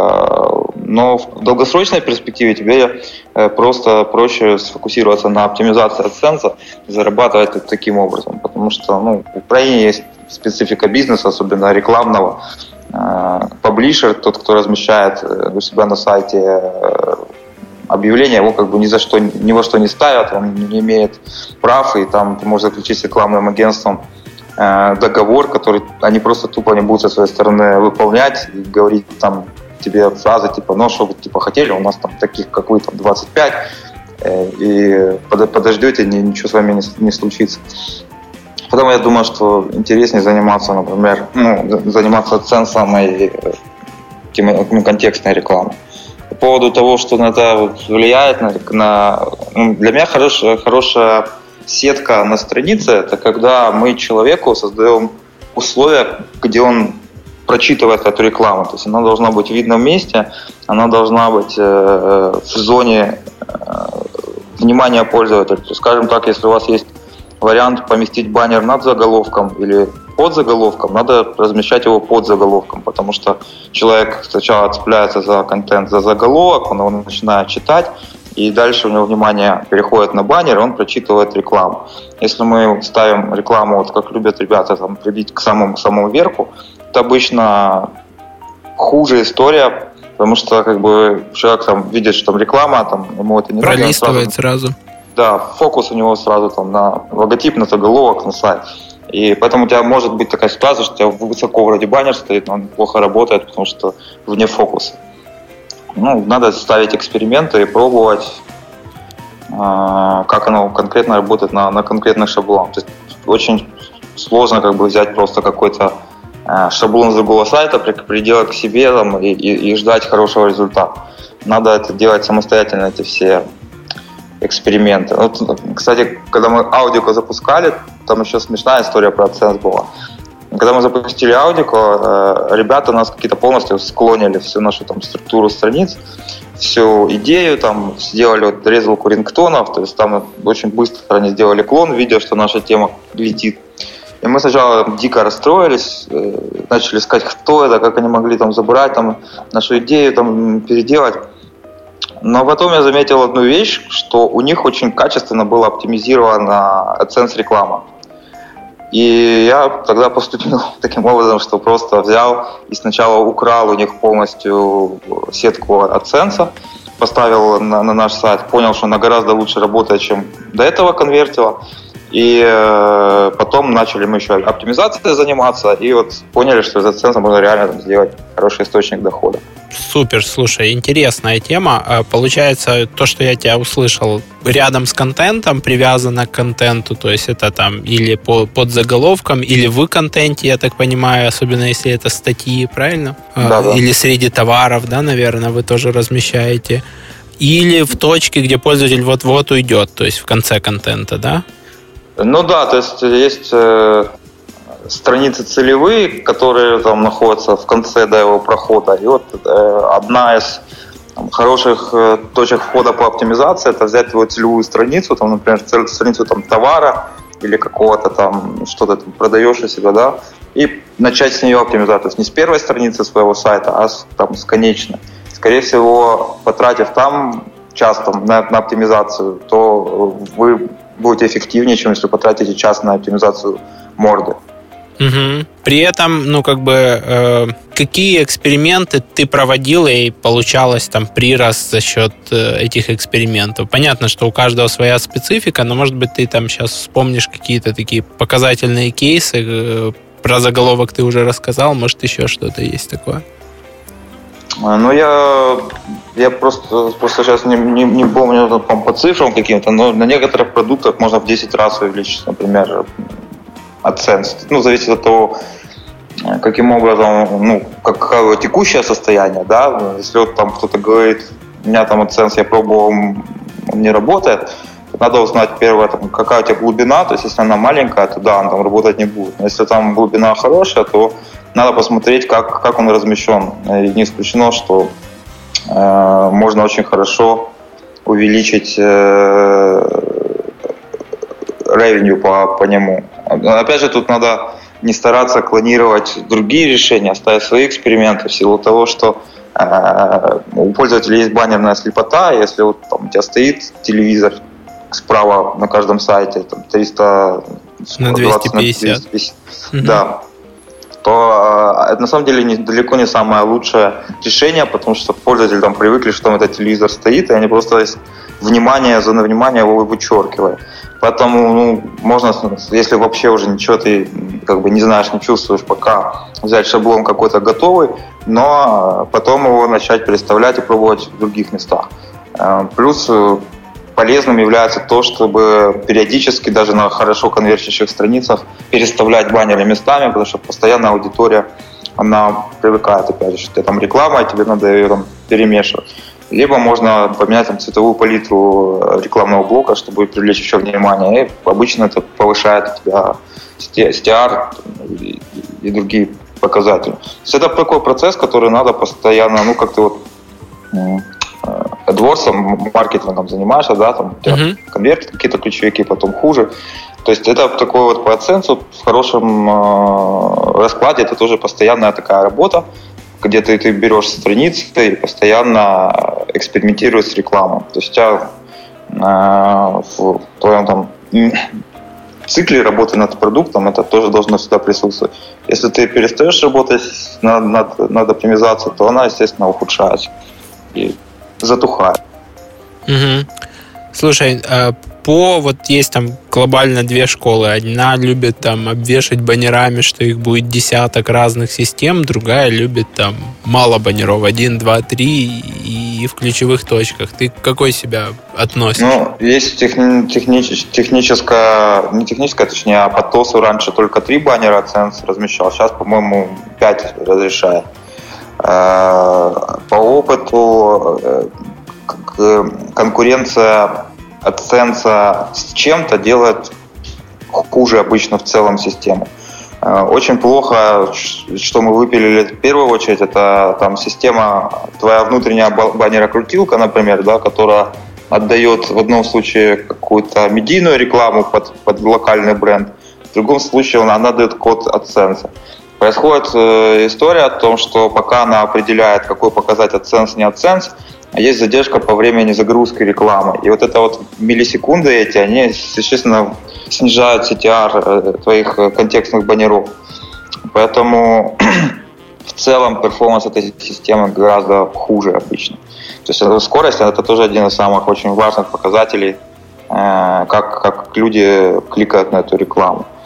Speaker 3: Но в долгосрочной перспективе тебе просто проще сфокусироваться на оптимизации AdSense и зарабатывать таким образом. Потому что, ну, в Украине есть специфика бизнеса, особенно рекламного. Паблишер, тот, кто размещает у себя на сайте объявление, его как бы ни за что, ни во что не ставят, он не имеет прав, и там ты можешь заключить с рекламным агентством э, договор, который они просто тупо не будут со своей стороны выполнять и говорить там тебе фразы типа, ну, что вы типа хотели, у нас там таких, как вы, там двадцать пять, э, и под, подождете, ничего с вами не, не случится. Потом я думаю, что интереснее заниматься, например, ну, заниматься AdSense и э, ну, контекстной рекламой. По поводу того, что на это влияет, на, на, ну, для меня хорошая, хорошая сетка на странице – это когда мы человеку создаем условия, где он прочитывает эту рекламу. То есть она должна быть в видном месте, она должна быть э, в зоне э, внимания пользователя. То есть, скажем так, если у вас есть вариант поместить баннер над заголовком или под заголовком, надо размещать его под заголовком, потому что человек сначала цепляется за контент, за заголовок, он его начинает читать, и дальше у него внимание переходит на баннер, и он прочитывает рекламу. Если мы ставим рекламу, вот как любят ребята, там, прибить к самому, самому верху, это обычно хуже история, потому что как бы человек там видит, что там реклама, там, ему это не надо.
Speaker 2: Пролистывает сразу. сразу.
Speaker 3: Да, фокус у него сразу там на логотип, на заголовок, на сайт. И поэтому у тебя может быть такая ситуация, что у тебя высоко вроде баннер стоит, но он плохо работает, потому что вне фокуса. Ну, надо ставить эксперименты и пробовать, как оно конкретно работает на, на конкретных шаблонах. То есть очень сложно как бы взять просто какой-то шаблон с другого сайта, приделать к себе там, и, и, и ждать хорошего результата. Надо это делать самостоятельно, эти все эксперименты. Вот, кстати, когда мы Аудико запускали, там еще смешная история про AdSense была. Когда мы запустили Аудико, ребята нас какие-то полностью склонили всю нашу там структуру страниц, всю идею, там сделали вот резалку рингтонов, то есть там очень быстро они сделали клон, видя, что наша тема летит. И мы сначала дико расстроились, начали искать, кто это, как они могли там забрать там нашу идею, там переделать. Но потом я заметил одну вещь, что у них очень качественно была оптимизирована AdSense реклама. И я тогда поступил таким образом, что просто взял и сначала украл у них полностью сетку AdSense, поставил на, на наш сайт, понял, что она гораздо лучше работает, чем до этого конвертила. И э, потом начали мы еще оптимизацией заниматься, и вот поняли, что из AdSense можно реально там сделать хороший источник дохода.
Speaker 2: Супер, слушай, интересная тема. Получается, то, что я тебя услышал, рядом с контентом привязано к контенту, то есть это там или по, под заголовком, или в контенте, я так понимаю, особенно если это статьи, правильно?
Speaker 3: Да, да.
Speaker 2: Или среди товаров, да, наверное, вы тоже размещаете. Или в точке, где пользователь вот-вот уйдет, то есть в конце контента, да?
Speaker 3: Ну да, то есть есть э, страницы целевые, которые там находятся в конце до его прохода. И вот э, одна из там, хороших э, точек входа по оптимизации — это взять его целевую страницу, там, например, страницу там, товара или какого-то там, что-то там продаешь у себя, да, и начать с нее оптимизацию. То есть не с первой страницы своего сайта, а с, там, с конечной. Скорее всего, потратив там час там, на, на оптимизацию, то вы будете эффективнее, чем если потратите час на оптимизацию морды.
Speaker 2: Угу. При этом, ну, как бы, э, какие эксперименты ты проводил, и получалось там прирост за счет э, этих экспериментов? Понятно, что у каждого своя специфика, но, может быть, ты там сейчас вспомнишь какие-то такие показательные кейсы, э, про заголовок ты уже рассказал, может, еще что-то есть такое?
Speaker 3: Ну, я, я просто, просто сейчас не, не, не помню там, по цифрам каким-то, но на некоторых продуктах можно в десять раз увеличить, например, AdSense. Ну, зависит от того, каким образом, ну, какое текущее состояние, да. Если вот там кто-то говорит, у меня там AdSense, я пробовал, он не работает, надо узнать первое, там, какая у тебя глубина, то есть если она маленькая, то да, он там работать не будет. Но если там глубина хорошая, то надо посмотреть, как, как он размещен. И не исключено, что э, можно очень хорошо увеличить э, revenue по, по нему. Опять же, тут надо не стараться клонировать другие решения, ставить свои эксперименты в силу того, что э, у пользователя есть баннерная слепота. Если вот, там, у тебя стоит телевизор справа на каждом сайте, там, триста
Speaker 2: на двести пятьдесят,
Speaker 3: на двести пятьдесят угу. Да, то это на самом деле не, далеко не самое лучшее решение, потому что пользователи там привыкли, что там этот телевизор стоит, и они просто внимание, зона внимания его вычеркивают. Поэтому ну, можно, если вообще уже ничего ты как бы не знаешь, не чувствуешь, пока взять шаблон какой-то готовый, но потом его начать переставлять и пробовать в других местах. Плюс полезным является то, чтобы периодически даже на хорошо конверсирующих страницах переставлять баннеры местами, потому что постоянно аудитория, она привыкает, опять же, что там реклама, и тебе надо ее там перемешивать. Либо можно поменять там цветовую палитру рекламного блока, чтобы привлечь еще внимание, и обычно это повышает у тебя эс ти ар и, и другие показатели. То есть это такой процесс, который надо постоянно, ну, как-то вот AdWords, маркетингом занимаешься, да, там у тебя uh-huh. конверты какие-то ключевики, потом хуже. То есть это такой вот по AdSense в хорошем э, раскладе, это тоже постоянная такая работа, где ты, ты берешь страницы и постоянно экспериментируешь с рекламой. То есть у тебя э, в твоем там цикле работы над продуктом это тоже должно всегда присутствовать. Если ты перестаешь работать над, над, над оптимизацией, то она, естественно, ухудшается и затухает.
Speaker 2: Угу. Слушай, по вот есть там глобально две школы. Одна любит там обвешать баннерами, что их будет десяток разных систем, другая любит там мало баннеров, один, два, три и в ключевых точках. Ты к какой себя относишь?
Speaker 3: Ну, есть техни- технич- техническая, не техническая, точнее, а по ТОСу раньше только три баннера AdSense размещал, сейчас, по-моему, пять разрешает. По опыту конкуренция AdSense с чем-то делает хуже обычно в целом систему. Очень плохо, что мы выпилили в первую очередь, это там система, твоя внутренняя баннерокрутилка, например, да, которая отдает в одном случае какую-то медийную рекламу под, под локальный бренд, в другом случае она, она дает код AdSense. Происходит э, история о том, что пока она определяет, какой показать AdSense, не AdSense, есть задержка по времени загрузки рекламы. И вот это вот миллисекунды эти, они, естественно, снижают си ти ар твоих контекстных баннеров. Поэтому в целом перформанс этой системы гораздо хуже обычно. То есть скорость — это тоже один из самых очень важных показателей, как, как люди кликают на эту рекламу.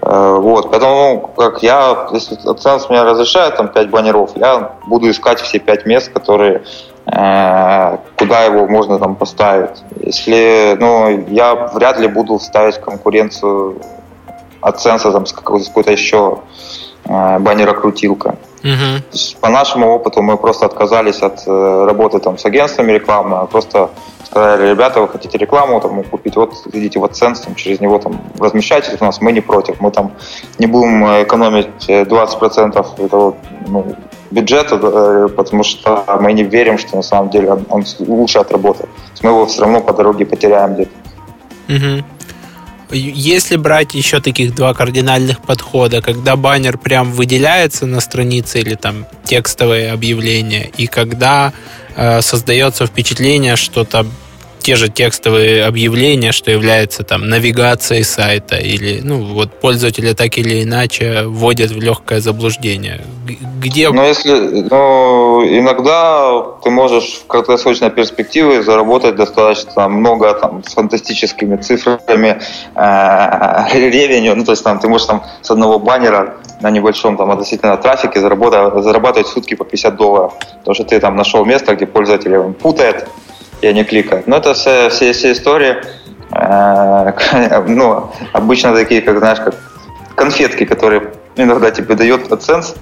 Speaker 3: Вот, поэтому, как я, если AdSense меня разрешает, там, пять баннеров, я буду искать все пять мест, которые, э, куда его можно там поставить. Если, ну, я вряд ли буду ставить конкуренцию AdSense там, с, какой- с какой-то еще э, баннерокрутилкой.
Speaker 2: Мгм.
Speaker 3: То есть по нашему опыту мы просто отказались от э, работы там, с агентствами рекламы, а просто сказали: ребята, вы хотите рекламу там, купить, вот идите в AdSense, там, через него там, размещайтесь у нас, мы не против. Мы там не будем экономить двадцать процентов этого, ну, бюджета, э, потому что мы не верим, что на самом деле он, он лучше отработает. То есть мы его все равно по дороге потеряем где-то.
Speaker 2: Мгм. Если брать еще таких два кардинальных подхода, когда баннер прям выделяется на странице или там текстовое объявление, и когда э, создается впечатление, что там те же текстовые объявления, что является там навигацией сайта, или ну вот пользователя так или иначе вводят в легкое заблуждение. Г- Где...
Speaker 3: Но если, ну, иногда ты можешь в краткосрочной перспективе заработать достаточно много там, с фантастическими цифрами э, ревеню, ну, то есть там ты можешь там с одного баннера на небольшом там относительно трафике заработать, зарабатывать в сутки по пятьдесят долларов, потому что ты там нашел место, где пользователь его путает и они кликают. Но это все, все, все истории, э, ну, обычно такие, как, знаешь, как конфетки, которые иногда тебе дает AdSense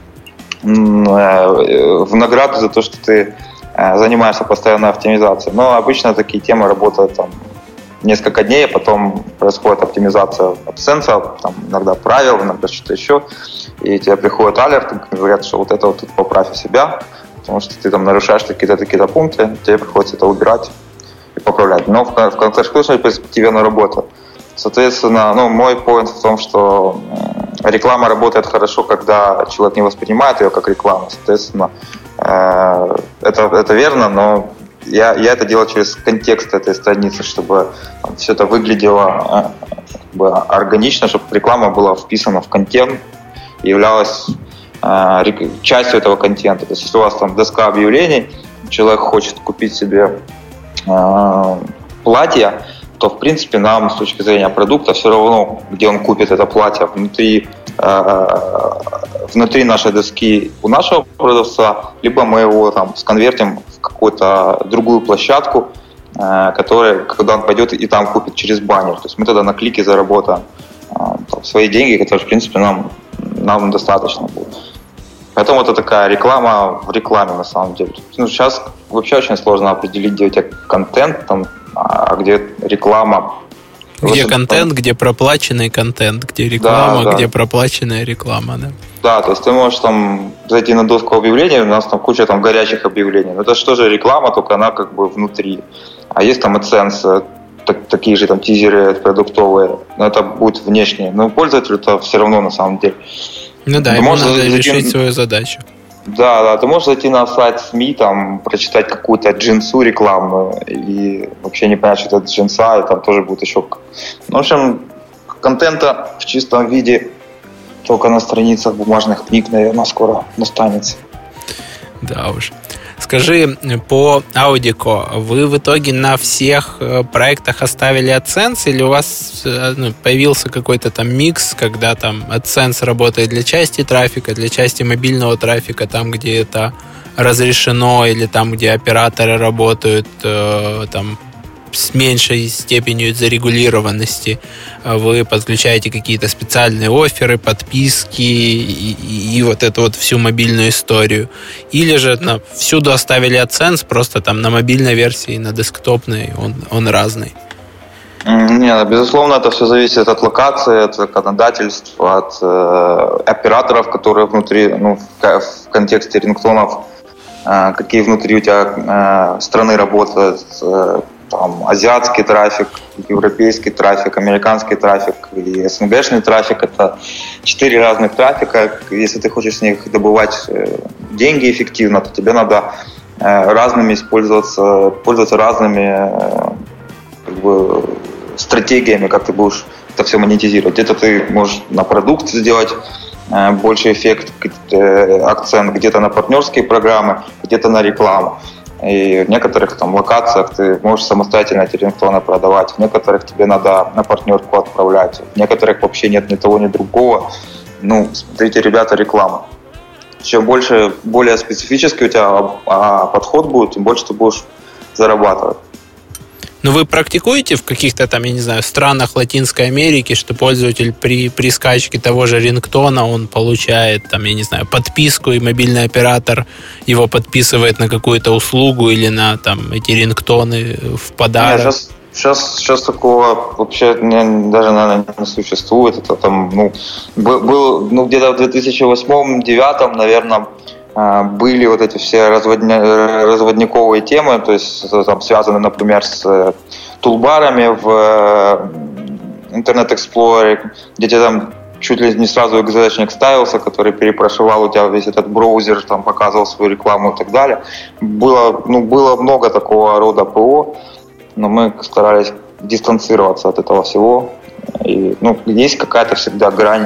Speaker 3: в награду за то, что ты занимаешься постоянной оптимизацией. Но обычно такие темы работают там несколько дней, а потом происходит оптимизация AdSense, там иногда правил, иногда что-то еще, и тебе приходит алерт, и говорят, что вот это вот тут поправь у себя, потому что ты там нарушаешь какие-то такие-то пункты, тебе приходится это убирать и поправлять. Но в, в краткосрочной перспективе оно работает. Соответственно, ну, мой поинт в том, что реклама работает хорошо, когда человек не воспринимает ее как рекламу. Соответственно, э, это, это верно, но я, я это делаю через контекст этой страницы, чтобы там, все это выглядело э, как бы органично, чтобы реклама была вписана в контент и являлась э, частью этого контента. То есть, если у вас там доска объявлений, человек хочет купить себе э, платье, то, в принципе, нам с точки зрения продукта все равно, где он купит это платье, внутри, э, внутри нашей доски у нашего продавца, либо мы его там сконвертим в какую-то другую площадку, э, которая, когда он пойдет и там купит через баннер. То есть мы тогда на клике заработаем э, там, свои деньги, которые, в принципе, нам, нам достаточно будет. Поэтому это такая реклама в рекламе, на самом деле. Ну, сейчас вообще очень сложно определить, где у тебя контент, там, а где реклама.
Speaker 2: Где
Speaker 3: вот
Speaker 2: контент,
Speaker 3: это,
Speaker 2: где проплаченный контент, где реклама,
Speaker 3: да, да.
Speaker 2: где проплаченная реклама, да.
Speaker 3: Да, то есть ты можешь там зайти на доску объявлений, у нас там куча там горячих объявлений. Но это что же реклама, только она как бы внутри. А есть там AdSense, так, такие же там тизеры продуктовые, но это будет внешне. Но пользователю это все равно на самом деле.
Speaker 2: Ну да,
Speaker 3: ты
Speaker 2: ему
Speaker 3: можешь
Speaker 2: надо
Speaker 3: зайти...
Speaker 2: решить свою задачу.
Speaker 3: Да, да, ты можешь зайти на сайт СМИ, там, прочитать какую-то джинсу рекламную и вообще не понять, что это джинса, и там тоже будет еще... Ну, в общем, контента в чистом виде только на страницах бумажных книг, наверное, скоро достанется.
Speaker 2: Да уж. Скажи, по Audiko, вы в итоге на всех проектах оставили AdSense, или у вас ну, появился какой-то там микс, когда там AdSense работает для части трафика, для части мобильного трафика, там, где это разрешено, или там, где операторы работают э, там, с меньшей степенью зарегулированности, вы подключаете какие-то специальные офферы, подписки и, и, и вот эту вот всю мобильную историю. Или же ну, всюду оставили AdSense, просто там на мобильной версии, на десктопной он, он разный.
Speaker 3: Нет, безусловно, это все зависит от локации, от законодательства, от э, операторов, которые внутри, ну, в, в контексте рингтонов, э, какие внутри у тебя э, страны работают, э, там, азиатский трафик, европейский трафик, американский трафик и СНГшный трафик. Это четыре разных трафика. Если ты хочешь с них добывать деньги эффективно, то тебе надо разными использоваться, пользоваться разными как бы, стратегиями, как ты будешь это все монетизировать. Где-то ты можешь на продукт сделать больше эффект, акцент, где-то на партнерские программы, где-то на рекламу. И в некоторых там локациях ты можешь самостоятельно эти рингтоны продавать, в некоторых тебе надо на партнерку отправлять, в некоторых вообще нет ни того, ни другого. Ну, смотрите, ребята, реклама. Чем больше, более специфический у тебя подход будет, тем больше ты будешь зарабатывать.
Speaker 2: Но вы практикуете в каких-то там, я не знаю, странах Латинской Америки, что пользователь при, при скачке того же рингтона, он получает, там, я не знаю, подписку, и мобильный оператор его подписывает на какую-то услугу или на там эти рингтоны в подарок? Нет,
Speaker 3: сейчас, сейчас, сейчас такого вообще не, даже, наверное, не существует. Это там, ну, был, ну, где-то в две тысячи восьмом-две тысячи девятом, наверное, были вот эти все разводня, разводниковые темы, то есть там связаны, например, с тулбарами в Internet Explorer, где тебе там чуть ли не сразу экзешник ставился, который перепрошивал у тебя весь этот браузер, там показывал свою рекламу и так далее. Было, ну, было много такого рода ПО, но мы старались дистанцироваться от этого всего. И, ну, есть какая-то всегда грань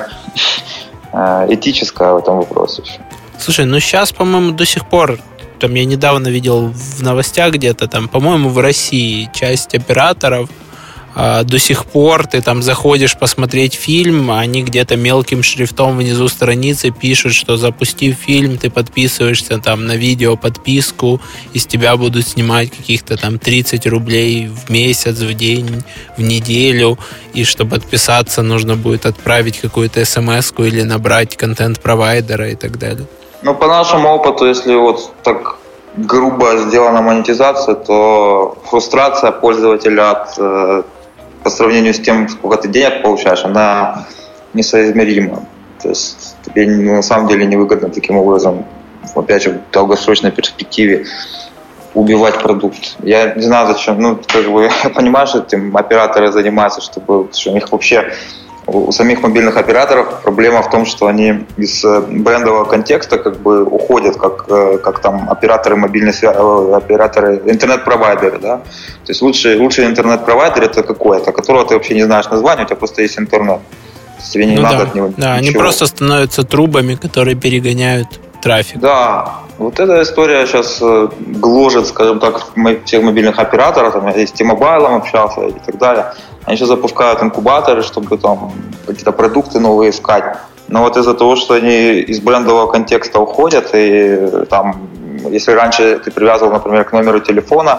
Speaker 3: этическая в этом вопросе еще.
Speaker 2: Слушай, ну сейчас, по-моему, до сих пор, там я недавно видел в новостях где-то, там, по-моему, в России часть операторов э, до сих пор ты там заходишь посмотреть фильм, а они где-то мелким шрифтом внизу страницы пишут, что запустив фильм, ты подписываешься там на видео подписку, и с тебя будут снимать каких-то там тридцать рублей в месяц, в день, в неделю, и чтобы подписаться, нужно будет отправить какую-то смс-ку или набрать контент-провайдера и так далее.
Speaker 3: Ну, по нашему опыту, если вот так грубо сделана монетизация, то фрустрация пользователя от, э, по сравнению с тем, сколько ты денег получаешь, она несоизмерима. То есть тебе ну, на самом деле невыгодно таким образом, опять же, в долгосрочной перспективе убивать продукт. Я не знаю зачем, ну, как бы, я понимаю, что этим операторы занимаются, чтобы, что у них вообще... У самих мобильных операторов проблема в том, что они из брендового контекста как бы уходят, как, как там операторы мобильной связи, операторы, интернет-провайдеры, да. То есть лучший, лучший интернет-провайдер это какой? Это которого ты вообще не знаешь название, у тебя просто есть интернет. То есть тебе не ну надо
Speaker 2: да,
Speaker 3: от него
Speaker 2: да, ничего. Они просто становятся трубами, которые перегоняют трафик.
Speaker 3: Да, вот эта история сейчас гложет, скажем так, всех мобильных операторов, там, я с T-Mobile общался и так далее. Они сейчас запускают инкубаторы, чтобы там какие-то продукты новые искать. Но вот из-за того, что они из брендового контекста уходят, и там, если раньше ты привязывал, например, к номеру телефона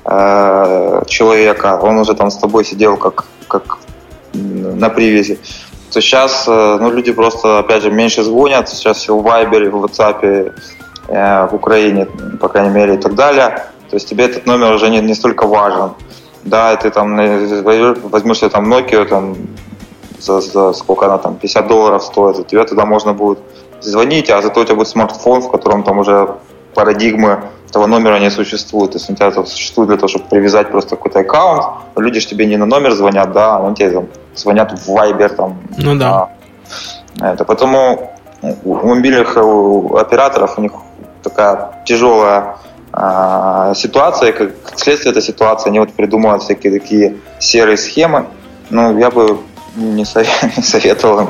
Speaker 3: э, человека, он уже там с тобой сидел как, как на привязи, то сейчас э, ну, люди просто, опять же, меньше звонят. Сейчас все в Вайбере, в WhatsApp, э, в Украине, по крайней мере, и так далее. То есть тебе этот номер уже не, не столько важен. Да, ты там возьмешь себе там Nokia там, за, за сколько она там, пятьдесят долларов стоит, и тебе туда можно будет звонить, а зато у тебя будет смартфон, в котором там уже парадигмы этого номера не существует. То есть у тебя это существует для того, чтобы привязать просто какой-то аккаунт. Люди же тебе не на номер звонят, да, а тебе там звонят в Viber. Там,
Speaker 2: ну да.
Speaker 3: А, это. Поэтому у мобильных операторов у них такая тяжелая а, ситуация, как следствие этой ситуации, они вот придумывают всякие такие серые схемы. Ну, я бы не советовал им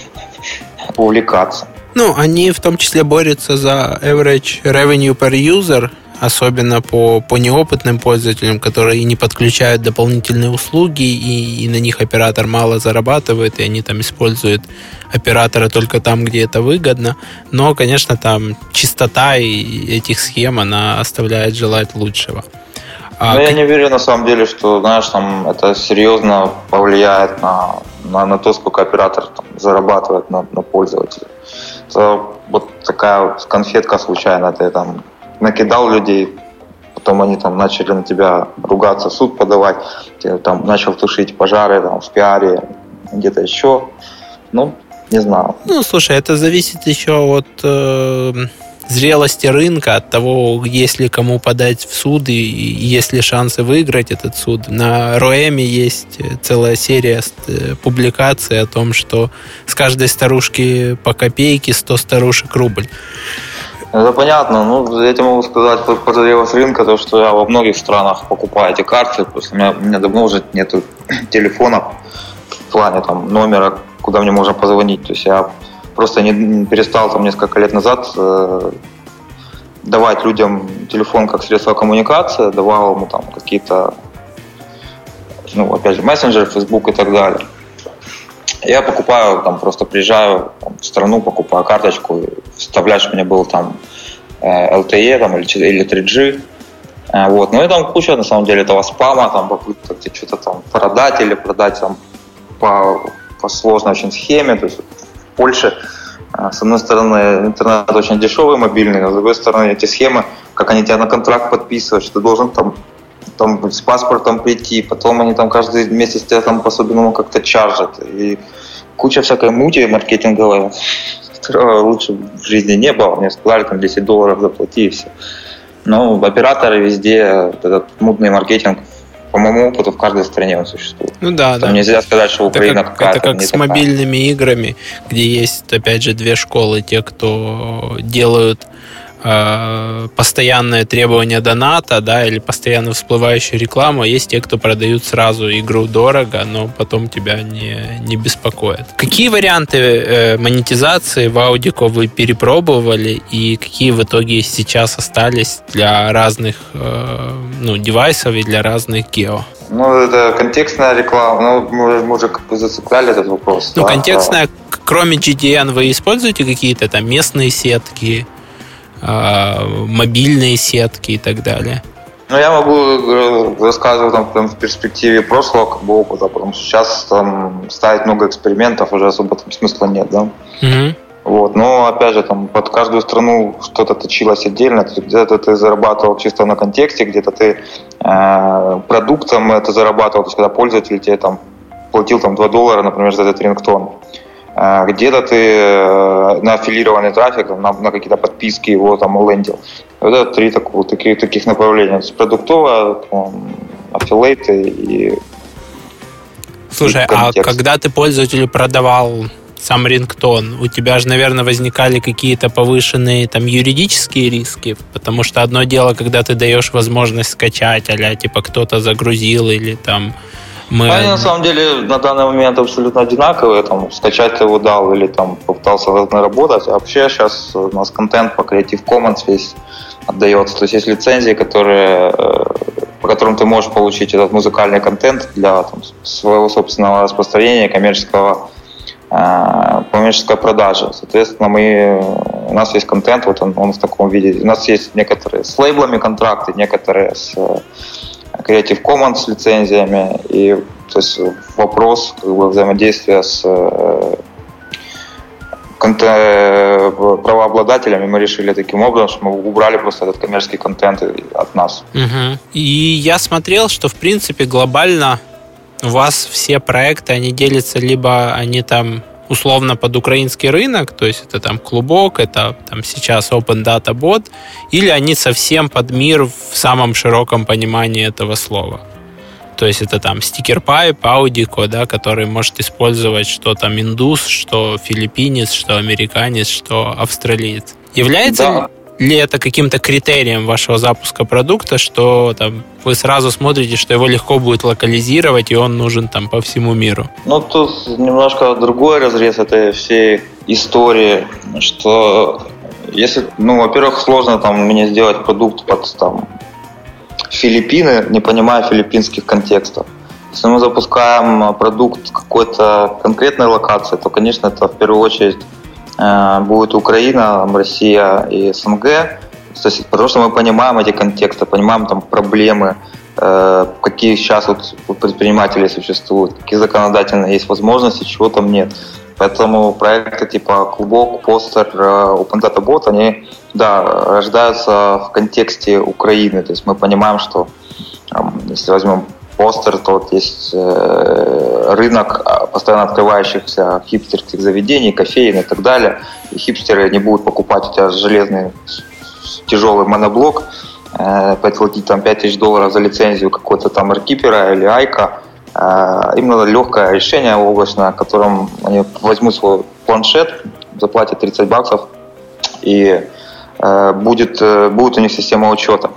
Speaker 3: увлекаться.
Speaker 2: Ну, они в том числе борются за average revenue per user, особенно по, по неопытным пользователям, которые не подключают дополнительные услуги, и, и на них оператор мало зарабатывает, и они там используют оператора только там, где это выгодно. Но, конечно, там чистота этих схем, она оставляет желать лучшего.
Speaker 3: А Но как... я не верю на самом деле, что, знаешь, там это серьезно повлияет на, на, на то, сколько оператор там, зарабатывает на, на пользователя. Это вот такая вот конфетка случайно, ты там накидал людей, потом они там начали на тебя ругаться, в суд подавать, ты там начал тушить пожары там, в пиаре, где-то еще. Ну, не знаю.
Speaker 2: Ну, слушай, это зависит еще от э, зрелости рынка, от того, есть ли кому подать в суд и, и есть ли шансы выиграть этот суд. На Роэме есть целая серия публикаций о том, что с каждой старушки по копейке, сто старушек рубль.
Speaker 3: Это понятно. Ну, я тебе могу сказать по зрелость рынка, то, что я во многих странах покупаю эти карты, просто у меня, у меня давно уже нету телефона в плане там номера, куда мне можно позвонить. То есть я просто не перестал там несколько лет назад э, давать людям телефон как средство коммуникации, давал ему там какие-то, ну, опять же, мессенджеры, Facebook и так далее. Я покупаю, там, просто приезжаю там, в страну, покупаю карточку, вставляешь, у меня был там эл ти и там, или, или три джи. Вот. Ну и там куча, на самом деле, этого спама, там, попытка где что-то там продать или продать там по, по сложной очень схеме. То есть в Польше, с одной стороны, интернет очень дешевый, мобильный, а с другой стороны, эти схемы, как они тебя на контракт подписывают, что ты должен там там с паспортом прийти, потом они там каждый месяц тебя там по-особенному как-то чаржат. И куча всякой мути маркетинговой, которого лучше в жизни не было. Мне сказали, там десять долларов заплати и все. Но операторы везде, этот мутный маркетинг, по моему опыту, в каждой стране он существует.
Speaker 2: Ну да,
Speaker 3: там
Speaker 2: да.
Speaker 3: нельзя сказать, что Украина
Speaker 2: это как,
Speaker 3: какая-то
Speaker 2: это как
Speaker 3: не
Speaker 2: с
Speaker 3: такая.
Speaker 2: Мобильными играми, где есть, опять же, две школы. Те, кто делают постоянное требование доната, да, или постоянно всплывающую рекламу, а есть те, кто продают сразу игру дорого, но потом тебя не, не беспокоит. Какие варианты э, монетизации в Audiko вы перепробовали и какие в итоге сейчас остались для разных э, ну, девайсов и для разных гео?
Speaker 3: Ну, это контекстная реклама. Ну, мы, мы уже как бы зацепляли этот вопрос.
Speaker 2: Ну,
Speaker 3: да?
Speaker 2: контекстная, кроме джи ди эн, вы используете какие-то там местные сетки, мобильные сетки и так далее?
Speaker 3: Ну, я могу рассказывать там, там, в перспективе прошлого как бы, опыта, потому что сейчас там ставить много экспериментов уже особо там смысла нет, да.
Speaker 2: Угу.
Speaker 3: Вот, но опять же там под каждую страну что-то точилось отдельно, где-то ты зарабатывал чисто на контексте, где-то ты э, продуктом это зарабатывал, то есть когда пользователь тебе там платил там два доллара, например, за этот рингтон. Где-то ты на аффилированный трафик, на, на какие-то подписки его там лендил. Вот это три такого, таких, таких направления. То есть продуктовое, аффилейты и...
Speaker 2: Слушай,
Speaker 3: и
Speaker 2: а когда ты пользователю продавал сам рингтон, у тебя же, наверное, возникали какие-то повышенные там юридические риски, потому что одно дело, когда ты даешь возможность скачать, а-ля, типа кто-то загрузил или там... Мы...
Speaker 3: Они на самом деле на данный момент абсолютно одинаковые. Там, скачать ты его дал или там попытался наработать. А вообще сейчас у нас контент по Creative Commons весь отдается. То есть есть лицензии, которые, по которым ты можешь получить этот музыкальный контент для там, своего собственного распространения, коммерческого, коммерческой продажи. Соответственно, мы, у нас есть контент, вот он, он в таком виде. У нас есть некоторые с лейблами контракты, некоторые с Creative Commons с лицензиями, и то есть вопрос как бы, взаимодействия с э, конте- правообладателями мы решили таким образом, что мы убрали просто этот коммерческий контент от нас.
Speaker 2: Угу. И я смотрел, что в принципе глобально у вас все проекты, они делятся либо они там условно под украинский рынок, то есть это там Клубок, это там сейчас Open Data Bot, или они совсем под мир в самом широком понимании этого слова. То есть это там StickerPipe, Audiko, да, который может использовать что там индус, что филиппинец, что американец, что австралиец. Является
Speaker 3: да.
Speaker 2: ли это каким-то критерием вашего запуска продукта, что там вы сразу смотрите, что его легко будет локализировать, и он нужен там по всему миру?
Speaker 3: Ну, тут немножко другой разрез этой всей истории, что если, ну, во-первых, сложно там мне сделать продукт под там Филиппины, не понимая филиппинских контекстов. Если мы запускаем продукт какой-то конкретной локации, то, конечно, это в первую очередь будет Украина, Россия и СНГ, то есть, потому что мы понимаем эти контексты, понимаем там проблемы, э, какие сейчас вот у предпринимателей существуют, какие законодательно есть возможности, чего там нет. Поэтому проекты типа Клубок, Постер, Open Data Bot, они, да, рождаются в контексте Украины. То есть мы понимаем, что если возьмем Постер, то вот есть э, рынок постоянно открывающихся хипстерских заведений, кофеин и так далее. И хипстеры не будут покупать у тебя железный тяжелый моноблок, э, платить там пять тысяч долларов за лицензию какой-то там Аркипера или Айка. Э, им надо легкое решение облачное, в котором они возьмут свой планшет, заплатят тридцать баксов и будет, будет у них система учета.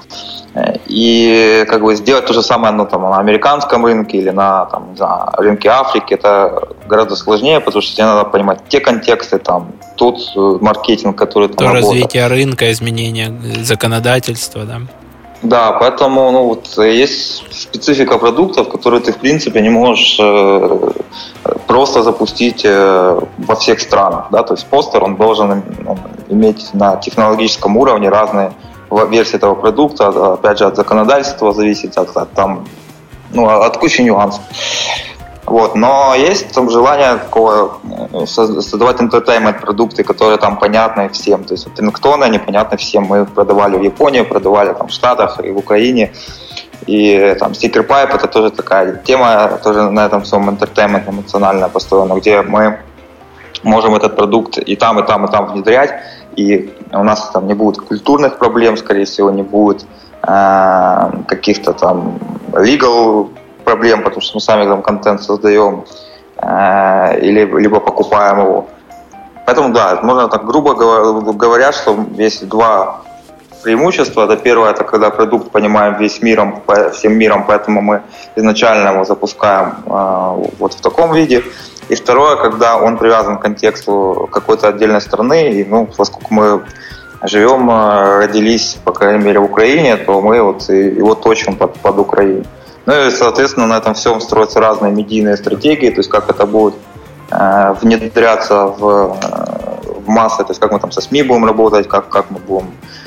Speaker 3: И как бы сделать то же самое ну, там, на американском рынке или на там, не знаю, рынке Африки, это гораздо сложнее, потому что тебе надо понимать те контексты, там, тот маркетинг, который там
Speaker 2: то
Speaker 3: работает.
Speaker 2: Развитие рынка, изменение законодательства, да?
Speaker 3: Да, поэтому ну, вот, есть специфика продуктов, которые ты в принципе не можешь э, просто запустить э, во всех странах. Да? То есть постер он должен ну, иметь на технологическом уровне разные версии этого продукта, опять же от законодательства зависит, от, от, там, ну, от кучи нюансов. Вот. Но есть там желание такого создавать entertainment-продукты, которые там понятны всем. То есть вот рингтоны, они понятны всем. Мы их продавали в Японии, продавали там в Штатах и в Украине. И там Sticker Pipe это тоже такая тема, тоже на этом всем entertainment эмоционально построена, где мы можем этот продукт и там, и там, и там внедрять. И у нас там не будет культурных проблем, скорее всего, не будет э, каких-то там legal проблем, потому что мы сами там контент создаем э, или, либо покупаем его. Поэтому да, можно так грубо говоря, что есть два преимущества. Это первое, это когда продукт понимаем весь миром, всем миром, поэтому мы изначально его запускаем э, вот в таком виде. И второе, когда он привязан к контексту какой-то отдельной страны, и ну, поскольку мы живем, родились, по крайней мере, в Украине, то мы вот его точим под, под Украину. Ну и, соответственно, на этом всем строятся разные медийные стратегии, то есть как это будет э, внедряться в, в массы, то есть как мы там со СМИ будем работать, как, как мы будем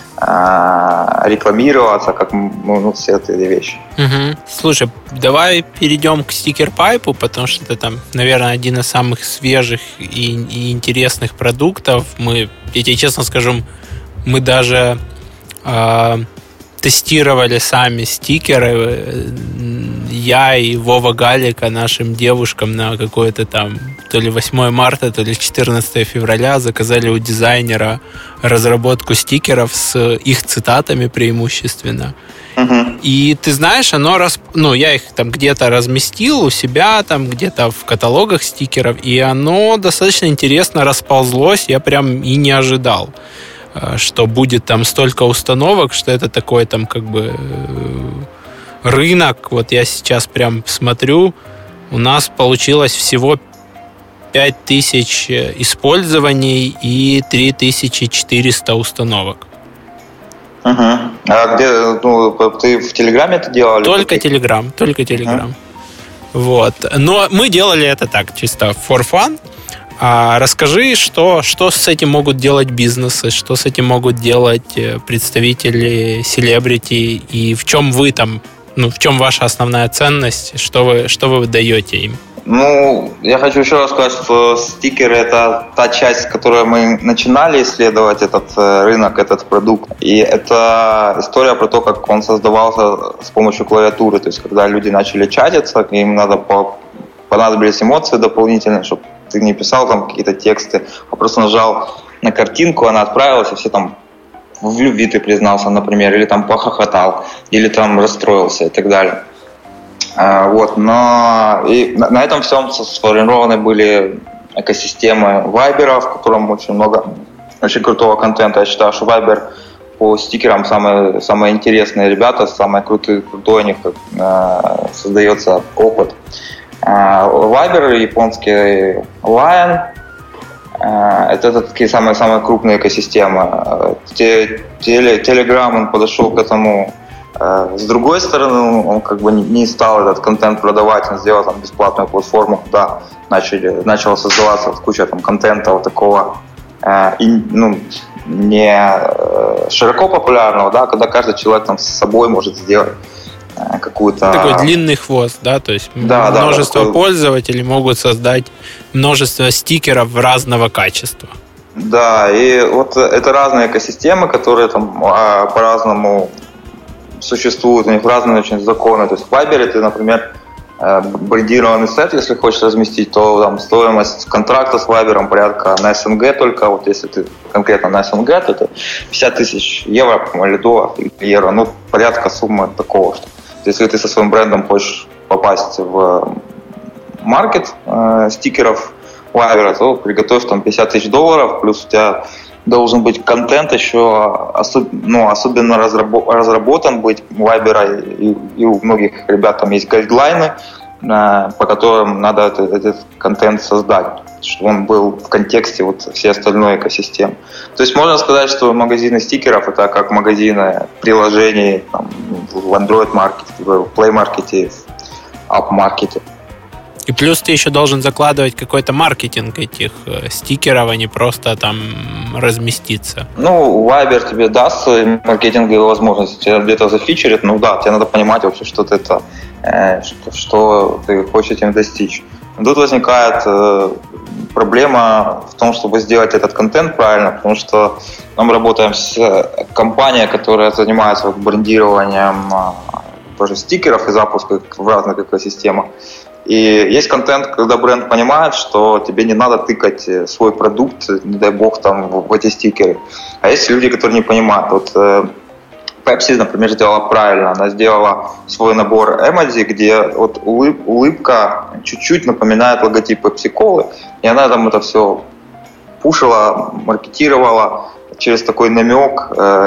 Speaker 3: э, рекламироваться, как мы, ну, все эти вещи.
Speaker 2: Угу. Слушай, давай перейдем к Sticker Pipe, потому что это там, наверное, один из самых свежих и, и интересных продуктов. Мы, я тебе честно скажу, мы даже э, тестировали сами стикеры. Я и Вова Галика нашим девушкам на какое-то там то ли восьмое марта, то ли четырнадцатое февраля заказали у дизайнера разработку стикеров с их цитатами преимущественно. Uh-huh. И ты знаешь, оно расп... ну, я их там где-то разместил у себя, там где-то в каталогах стикеров, и оно достаточно интересно расползлось, я прям и не ожидал, что будет там столько установок, что это такой там как бы рынок. Вот я сейчас прям смотрю, у нас получилось всего пять тысяч использований и три тысячи четыреста установок.
Speaker 3: Угу. А где, ну, ты в Телеграме это делал?
Speaker 2: Только Телеграм, только Телеграм. Uh-huh. Вот. Но мы делали это так, чисто for fun. А расскажи, что, что с этим могут делать бизнесы, что с этим могут делать представители селебрити, и в чем вы там, ну, в чем ваша основная ценность, что вы, что вы даете им?
Speaker 3: Ну, я хочу еще раз сказать, что стикеры – это та часть, с которой мы начинали исследовать этот рынок, этот продукт. И это история про то, как он создавался с помощью клавиатуры. То есть, когда люди начали чатиться, им надо по... понадобились эмоции дополнительные, чтобы ты не писал там какие-то тексты, а просто нажал на картинку, она отправилась, и все там в любви ты признался, например, или там похохотал, или там расстроился и так далее. Вот, но и на, на этом всем сформированы были экосистемы Viber, в котором очень много очень крутого контента. Я считаю, что Viber по стикерам самые, самые интересные ребята, самые крутые, крутой у них э, создается опыт. Э, Viber, японский Line, э, это, это такие самые-самые крупные экосистемы. Telegram, он подошел к этому. С другой стороны, он как бы не стал этот контент продавать, он сделал там бесплатную платформу, куда начали, начала создаваться куча там контента вот такого э, и, ну, не э, широко популярного, да, когда каждый человек там с собой может сделать э, какую-то...
Speaker 2: Такой длинный хвост, да, то есть да, множество да, такой... пользователей могут создать множество стикеров разного качества.
Speaker 3: Да, и вот это разные экосистемы, которые там по-разному существуют, у них разные очень законы. То есть в Viber ты, например, брендированный сет, если хочешь разместить, то там стоимость контракта с Viber порядка на СНГ только, вот если ты конкретно на СНГ, то это пятьдесят тысяч евро или долларов, или евро, ну, порядка суммы такого. Что если ты со своим брендом хочешь попасть в маркет э, стикеров Viber, то приготовь там пятьдесят тысяч долларов, плюс у тебя должен быть контент еще особ, ну, особенно разрабо, разработан быть у Viber и, и у многих ребят там есть гайдлайны, по которым надо этот, этот контент создать, чтобы он был в контексте вот всей остальной экосистемы. То есть можно сказать, что магазины стикеров это как магазины приложений там, в Android-маркете, в Play-маркете, в App-маркете.
Speaker 2: И плюс ты еще должен закладывать какой-то маркетинг этих стикеров, а не просто там разместиться.
Speaker 3: Ну, Viber тебе даст маркетинговые возможности, тебя где-то зафичерит, ну да, тебе надо понимать вообще, что ты это, э, что, что ты хочешь этим достичь. Тут возникает э, проблема в том, чтобы сделать этот контент правильно, потому что мы работаем с компанией, которая занимается вот, брендированием э, тоже стикеров и запуском в разных экосистемах. И есть контент, когда бренд понимает, что тебе не надо тыкать свой продукт, не дай бог, там, в эти стикеры. А есть люди, которые не понимают. Вот э, Pepsi, например, сделала правильно. Она сделала свой набор эмодзи, где вот улыб, улыбка чуть-чуть напоминает логотип Pepsi-Colы. И она там это все пушила, маркетировала через такой намек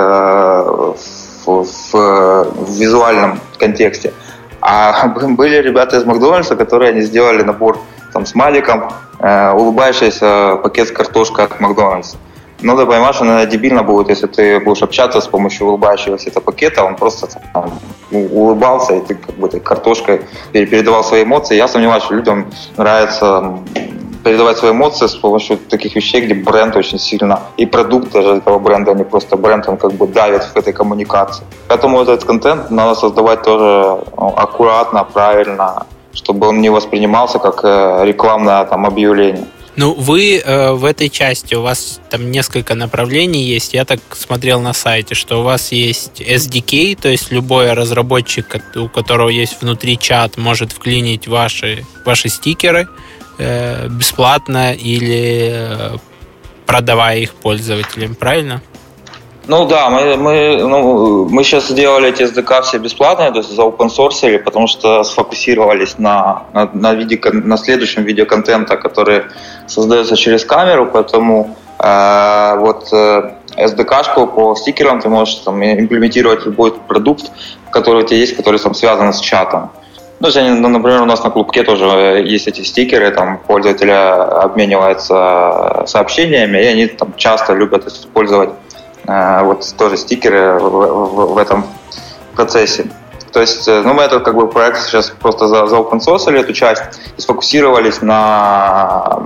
Speaker 3: э, в, в, в визуальном контексте. А были ребята из Макдональдса, которые они сделали набор там, с маликом, э, улыбающийся пакет с картошкой от Макдональдса. Ну, ты понимаешь, что, наверное, дебильно будет, если ты будешь общаться с помощью улыбающегося этого пакета, он просто там, улыбался, и ты как бы этой картошкой передавал свои эмоции. Я сомневаюсь, что людям нравится передавать свои эмоции с помощью таких вещей, где бренд очень сильно, и продукт даже этого бренда, а не просто бренд, он как бы давит в этой коммуникации. Поэтому этот контент надо создавать тоже аккуратно, правильно, чтобы он не воспринимался как рекламное там, объявление.
Speaker 2: Ну, вы э, в этой части, у вас там несколько направлений есть. Я так смотрел на сайте, что у вас есть эс ди кей, то есть любой разработчик, у которого есть внутри чат, может вклинить ваши, ваши стикеры э, бесплатно или э, продавая их пользователям, правильно?
Speaker 3: Ну да, мы, мы, ну, мы сейчас сделали эти эс ди кей все бесплатные, то есть заопенсорсили, потому что сфокусировались на, на, на, виде, на следующем виде контента, который создается через камеру, поэтому э, вот э, эс ди кей-шку по стикерам ты можешь там, имплементировать любой продукт, который у тебя есть, который там, связан с чатом. Ну, например, у нас на Клубке тоже есть эти стикеры, там пользователи обмениваются сообщениями, и они там часто любят использовать вот тоже стикеры в, в, в этом процессе. То есть, ну, мы этот как бы проект сейчас просто за, заопенсорсили эту часть и сфокусировались на,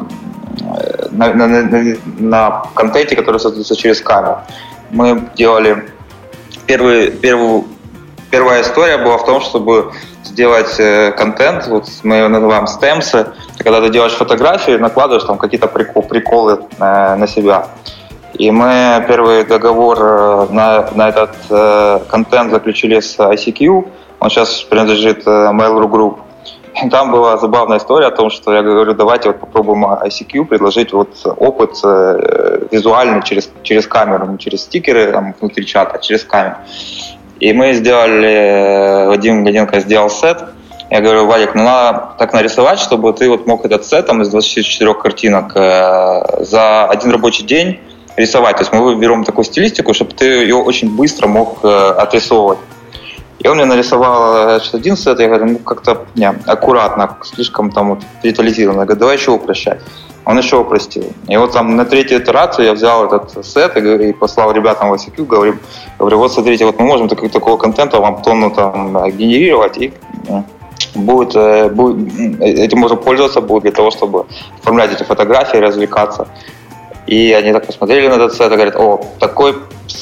Speaker 3: на, на, на, на контенте, который создается через камеру. Мы делали первый, первую, первая история была в том, чтобы сделать контент, вот мы его называем стемсы, когда ты делаешь фотографии, накладываешь там какие-то прикол, приколы на, на себя. И мы первый договор на, на этот э, контент заключили с ай си кью, он сейчас принадлежит э, Mail.ru Group. И там была забавная история о том, что я говорю, давайте вот попробуем ай си кью предложить вот опыт э, визуальный через, через камеру, не через стикеры там, внутри чата, а через камеру. И мы сделали, Вадим Годенко сделал сет. Я говорю, Вадик, ну надо так нарисовать, чтобы ты вот мог этот сет там, из двадцати четырёх картинок э, за один рабочий день рисовать. То есть мы берем такую стилистику, чтобы ты ее очень быстро мог э, отрисовывать. И он мне нарисовал один сет, я говорю, ну как-то не, аккуратно, слишком там вот детализированно. Я говорю, давай еще упрощать. Он еще упростил. И вот там на третьей итерации я взял этот сет и, и послал ребятам в ай си кью, говорю, говорю, вот смотрите, вот мы можем такого, такого контента вам тонну там генерировать, и будет, будет, этим можно пользоваться будет для того, чтобы оформлять эти фотографии, развлекаться. И они так посмотрели на этот сет и говорят, о, такой,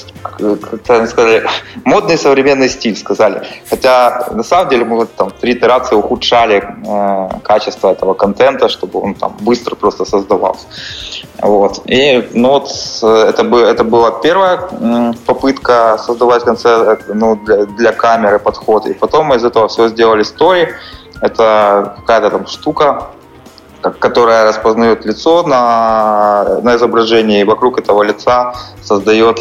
Speaker 3: как они сказали, модный современный стиль, сказали. Хотя на самом деле мы вот там три итерации ухудшали э, качество этого контента, чтобы он там быстро просто создавался. Вот. И ну, вот, это, бы, это была первая м, попытка создавать концерт ну, для, для камеры подход. И потом мы из этого все сделали story. Это какая-то там штука, которая распознает лицо на, на изображении, и вокруг этого лица создает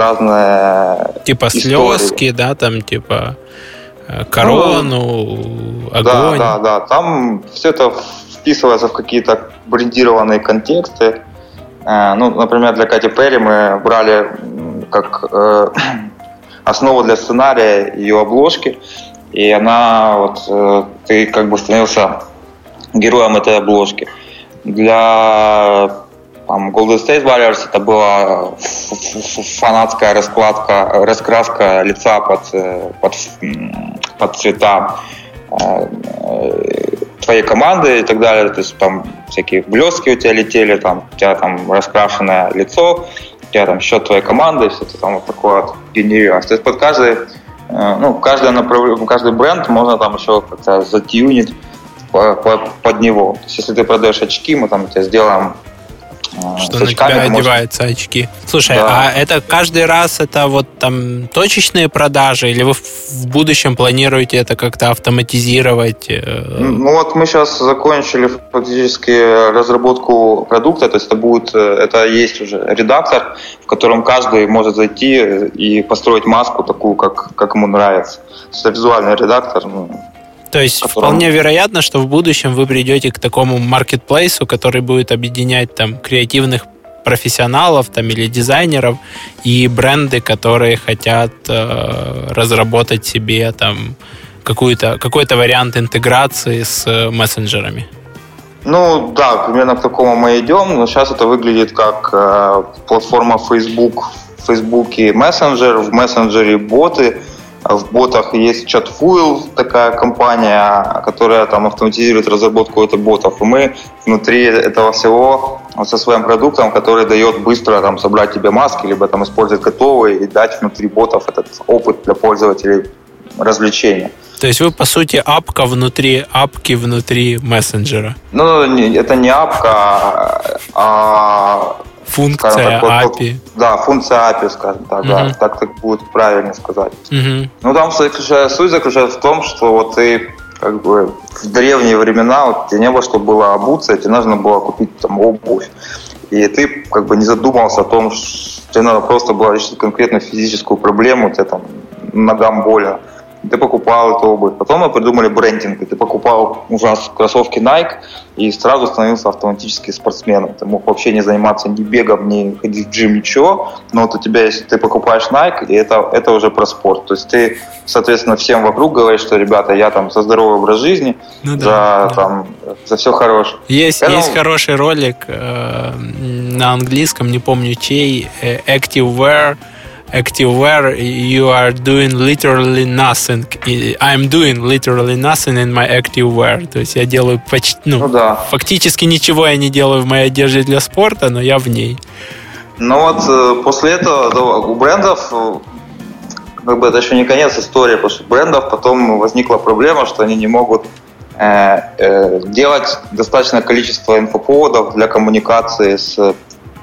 Speaker 3: разные
Speaker 2: типа истории. Слезки, да, там типа корону, ну, огонь.
Speaker 3: Да, да, да. Там все это вписывается в какие-то брендированные контексты, ну, например, для Кати Перри мы брали как э, основу для сценария ее обложки, и она вот э, ты как бы становился героем этой обложки. Для там, Golden State Warriors это была фанатская раскладка, раскраска лица под, под, под цвета твоей команды и так далее. То есть там всякие блестки у тебя летели, там, у тебя там раскрашенное лицо, у тебя там счет твоей команды, все это там вот такое вот генерировалось. То есть под каждый, ну, каждое направление, каждый бренд можно там еще как-то затюнить под него. То есть если ты продаешь очки, мы там тебе сделаем
Speaker 2: что на очками, тебя одеваются можешь... очки. Слушай, да. А это каждый раз это вот там точечные продажи, или вы в будущем планируете это как-то автоматизировать?
Speaker 3: Ну вот мы сейчас закончили фактически разработку продукта, то есть это будет, это есть уже редактор, в котором каждый может зайти и построить маску такую, как, как ему нравится. То есть это визуальный редактор. Ну,
Speaker 2: то есть котором... вполне вероятно, что в будущем вы придете к такому маркетплейсу, который будет объединять там креативных профессионалов там, или дизайнеров и бренды, которые хотят э, разработать себе там какую-то, какой-то вариант интеграции с мессенджерами.
Speaker 3: Ну да, примерно к такому мы идем, но сейчас это выглядит как э, платформа Facebook, в Фейсбуке мессенджер, в мессенджере боты. В ботах есть Chatfuel, такая компания, которая там автоматизирует разработку этих ботов. И мы внутри этого всего вот со своим продуктом, который дает быстро там, собрать тебе маски, либо там, использовать готовые и дать внутри ботов этот опыт для пользователей развлечения.
Speaker 2: То есть вы, по сути, апка внутри апки внутри мессенджера?
Speaker 3: Ну, это не апка, а...
Speaker 2: Функция так, эй пи ай.
Speaker 3: Вот, да, функция эй пи ай, скажем так, uh-huh. да, так так будет правильно сказать.
Speaker 2: Uh-huh.
Speaker 3: Ну, там суть заключается в том, что вот ты как бы в древние времена вот, тебе не было, чтобы было обуться, тебе нужно было купить там обувь. И ты как бы не задумался о том, что тебе надо просто было решить конкретно физическую проблему, у тебя там ногам больно. Ты покупал эту обувь. Потом мы придумали брендинг. И ты покупал у нас кроссовки Nike и сразу становился автоматически спортсменом. Ты мог вообще не заниматься ни бегом, ни ходить в джим, ничего. Но вот у тебя, если ты покупаешь Nike, и это, это уже про спорт. То есть ты, соответственно, всем вокруг говоришь, что, ребята, я там за здоровый образ жизни, ну, да, за, да. Там, за все хорошее.
Speaker 2: Есть, Поэтому... есть хороший ролик э, на английском, не помню чей, Active Wear. Active Wear, you are doing literally nothing. I'm doing literally nothing in my active wear. То есть я делаю почти, ну, ну да. фактически ничего я не делаю в моей одежде для спорта, но я в ней.
Speaker 3: Ну вот после этого у брендов, как бы это еще не конец истории, потому что у брендов потом возникла проблема, что они не могут э, э, делать достаточное количество инфоповодов для коммуникации с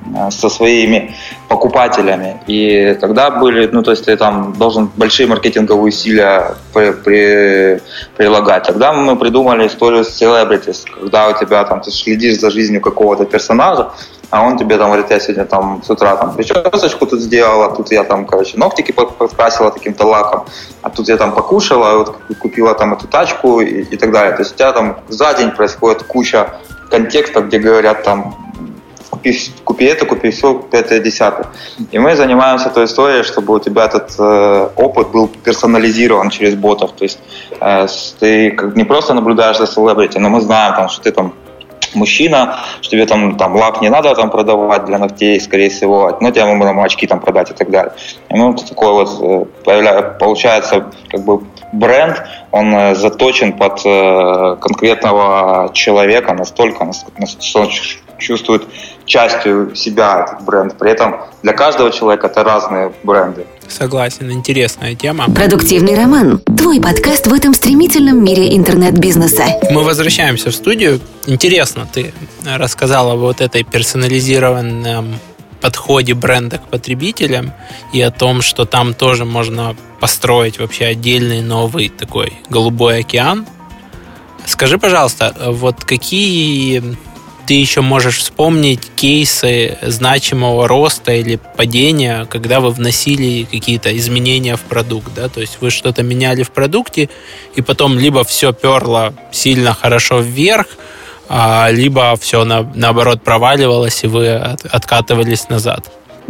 Speaker 3: со своими покупателями. И тогда были, ну, то есть ты там должен большие маркетинговые усилия при, при, прилагать. Тогда мы придумали историю с celebrities, когда у тебя там ты следишь за жизнью какого-то персонажа, а он тебе там говорит, я сегодня там с утра там причесочку тут сделала, тут я там, короче, ногтики подкрасила таким-то лаком, а тут я там покушала, вот купила там эту тачку и, и так далее. То есть у тебя там за день происходит куча контекстов, где говорят там Купи, купи это, купи все, пятое, десятое. И мы занимаемся той историей, чтобы у тебя этот э, опыт был персонализирован через ботов. То есть э, ты как, не просто наблюдаешь за селебрити, но мы знаем, там, что ты там мужчина, что тебе там, там лак не надо там продавать для ногтей, скорее всего, но тебе мы можем очки там продать и так далее. И ну, такой вот появля... получается как бы бренд, он заточен под э, конкретного человека настолько, что он чувствует частью себя этот бренд. При этом для каждого человека это разные бренды.
Speaker 2: Согласен, интересная тема.
Speaker 1: Продуктивный роман. Твой подкаст в этом стремительном мире интернет-бизнеса.
Speaker 2: Мы возвращаемся в студию. Интересно, ты рассказала об вот этой персонализированном подходе бренда к потребителям и о том, что там тоже можно построить вообще отдельный новый такой голубой океан. Скажи, пожалуйста, вот какие ты еще можешь вспомнить кейсы значимого роста или падения, когда вы вносили какие-то изменения в продукт, да? То есть вы что-то меняли в продукте, и потом либо все перло сильно хорошо вверх, а, либо все на, наоборот проваливалось, и вы от, откатывались назад?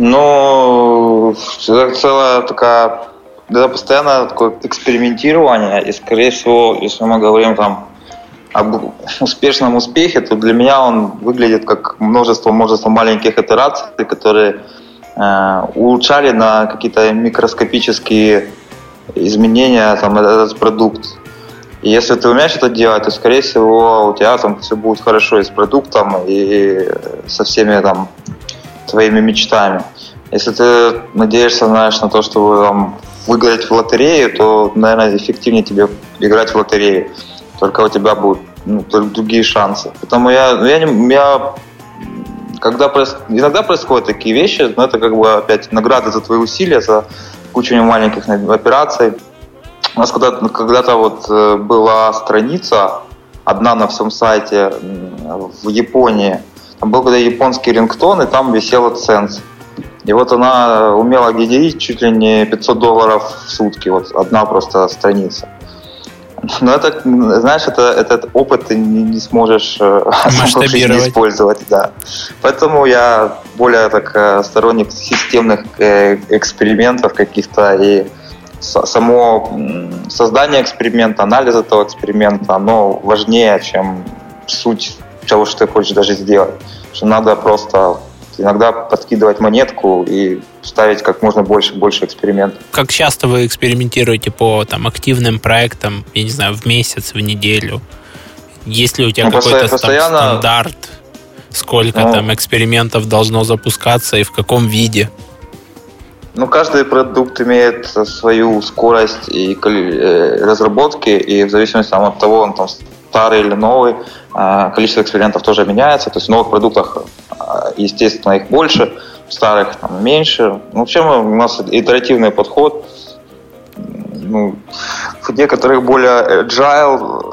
Speaker 3: Ну, это целая такая, это постоянно такое экспериментирование, и, скорее всего, если мы говорим там об успешном успехе, то для меня он выглядит как множество-множество маленьких итераций, которые э, улучшали на какие-то микроскопические изменения там, этот продукт. И если ты умеешь это делать, то, скорее всего, у тебя там все будет хорошо и с продуктом, и со всеми там твоими мечтами. Если ты надеешься, знаешь, на то, чтобы там, выиграть в лотерею, то, наверное, эффективнее тебе играть в лотерею. Только у тебя будут ну, другие шансы. Поэтому я, я, не, я когда проис... иногда происходят такие вещи, но это как бы опять награда за твои усилия, за кучу маленьких операций. У нас когда-то, когда-то вот была страница одна на всем сайте в Японии. Там был когда японский рингтон, и там висел AdSense. И вот она умела генерить чуть ли не пятьсот долларов в сутки. Вот одна просто страница. Но это, знаешь, это, этот опыт ты не, не сможешь
Speaker 2: масштабировать,
Speaker 3: использовать, да. Поэтому я более так сторонник системных экспериментов каких-то, и само создание эксперимента, анализ этого эксперимента, оно важнее, чем суть того, что ты хочешь даже сделать. Что надо просто иногда подкидывать монетку и ставить как можно больше больше экспериментов.
Speaker 2: Как часто вы экспериментируете по там, активным проектам, я не знаю, в месяц, в неделю? Есть ли у тебя ну, какой-то постоянно... там, стандарт? Сколько ну, там экспериментов должно запускаться и в каком виде?
Speaker 3: Ну, каждый продукт имеет свою скорость и разработки, и в зависимости там, от того, он там старый или новый, количество экспериментов тоже меняется. То есть в новых продуктах, естественно, их больше, в старых там, меньше. Ну, вообще у нас итеративный подход. Ну, в некоторых более agile,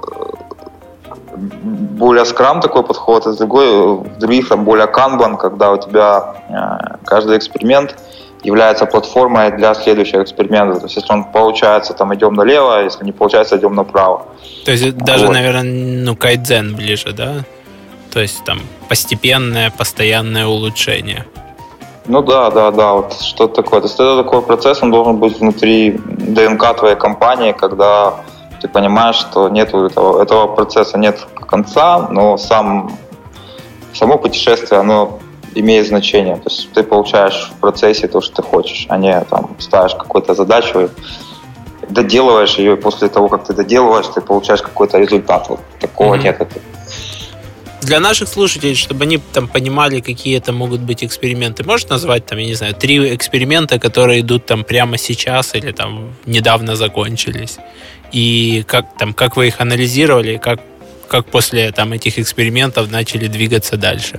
Speaker 3: более Scrum такой подход, а в, другой, в других там более Kanban, когда у тебя каждый эксперимент является платформой для следующего эксперимента. То есть, если он получается, там идем налево, если не получается, идем направо.
Speaker 2: То есть, даже, вот. наверное, ну, кайдзен ближе, да? То есть, там, постепенное, постоянное улучшение.
Speaker 3: Ну, да, да, да, вот что-то такое. То есть, это такой процесс, он должен быть внутри ДНК твоей компании, когда ты понимаешь, что нет этого, этого процесса, нет конца, но сам, само путешествие, оно имеет значение. То есть ты получаешь в процессе то, что ты хочешь, а не там ставишь какую-то задачу и доделываешь ее, и после того, как ты доделываешь, ты получаешь какой-то результат. Вот такого mm-hmm. нет.
Speaker 2: Для наших слушателей, чтобы они там понимали, какие это могут быть эксперименты, можешь назвать там, я не знаю, три эксперимента, которые идут там прямо сейчас или там недавно закончились? И как там, как вы их анализировали, как, как после там этих экспериментов начали двигаться дальше?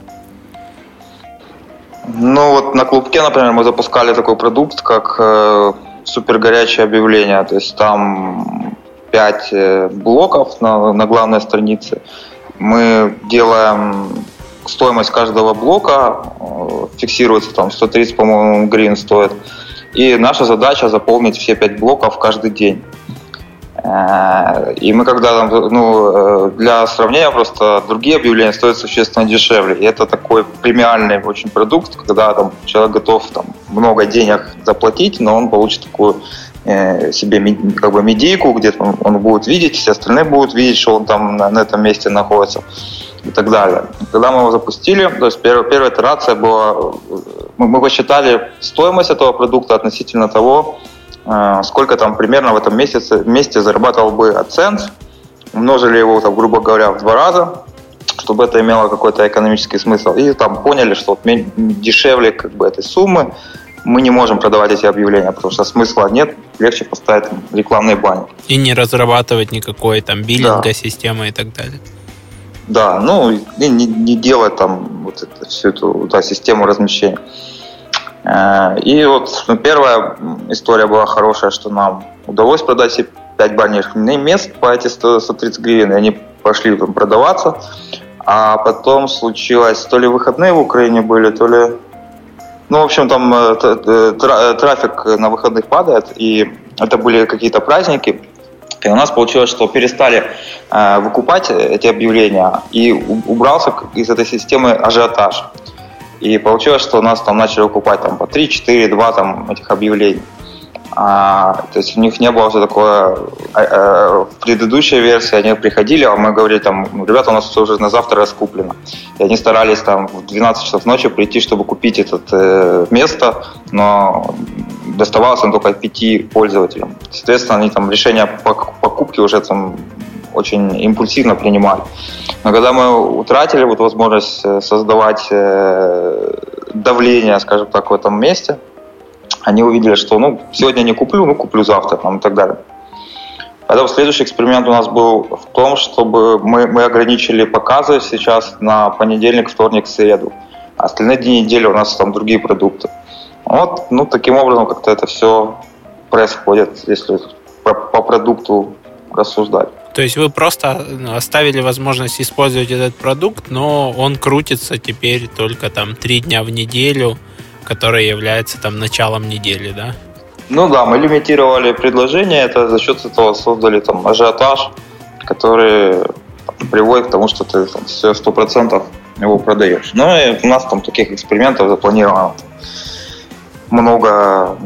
Speaker 3: Ну вот на Клубке, например, мы запускали такой продукт, как э, супергорячее объявление. То есть там пять э, блоков на, на главной странице. Мы делаем стоимость каждого блока, э, фиксируется там сто тридцать, по-моему, гривен стоит. И наша задача заполнить все пять блоков каждый день. И мы когда там, ну, для сравнения просто другие объявления стоят существенно дешевле. И это такой премиальный очень продукт, когда там человек готов там много денег заплатить, но он получит такую э, себе как бы медийку, где он, он будет видеть, все остальные будут видеть, что он там на, на этом месте находится и так далее. Когда мы его запустили, то есть первая, первая итерация была, мы, мы посчитали стоимость этого продукта относительно того, сколько там примерно в этом месяце, месяце зарабатывал бы AdSense, умножили его, там, грубо говоря, в два раза, чтобы это имело какой-то экономический смысл. И там поняли, что вот дешевле как бы, этой суммы мы не можем продавать эти объявления, потому что смысла нет, легче поставить там, рекламные баны.
Speaker 2: И не разрабатывать никакой там биллинга, да. системы и так далее.
Speaker 3: Да, ну и не, не делать там вот это, всю эту да, систему размещения. И вот ну, первая история была хорошая, что нам удалось продать все пять бannерных мест по эти сто тридцать гривен, и они пошли там продаваться. А потом случилось, то ли выходные в Украине были, то ли... Ну, в общем, там трафик на выходных падает, и это были какие-то праздники. И у нас получилось, что перестали э, выкупать эти объявления, и убрался из этой системы ажиотаж. И получилось, что у нас там начали выкупать там, по три, четыре, два там, этих объявлений. А, то есть у них не было все такое... А, а, в предыдущей версии они приходили, а мы говорили, там, ребята, у нас все уже на завтра раскуплено. И они старались там в двенадцать часов ночи прийти, чтобы купить это э, место, но доставалось им только пяти пользователям. Соответственно, они там решения по покупке уже там очень импульсивно принимали. Но когда мы утратили вот возможность создавать э, давление, скажем так, в этом месте, они увидели, что ну, сегодня не куплю, ну куплю завтра там, и так далее. Поэтому следующий эксперимент у нас был в том, чтобы мы, мы ограничили показы сейчас на понедельник, вторник, среду. А остальные дни недели у нас там другие продукты. Вот, ну, таким образом как-то это все происходит, если по, по продукту рассуждать.
Speaker 2: То есть вы просто оставили возможность использовать этот продукт, но он крутится теперь только там три дня в неделю, которое является там началом недели, да?
Speaker 3: Ну да, мы лимитировали предложение, это за счет этого создали там ажиотаж, который приводит к тому, что ты там, все сто процентов его продаешь. Ну и у нас там таких экспериментов запланировано много.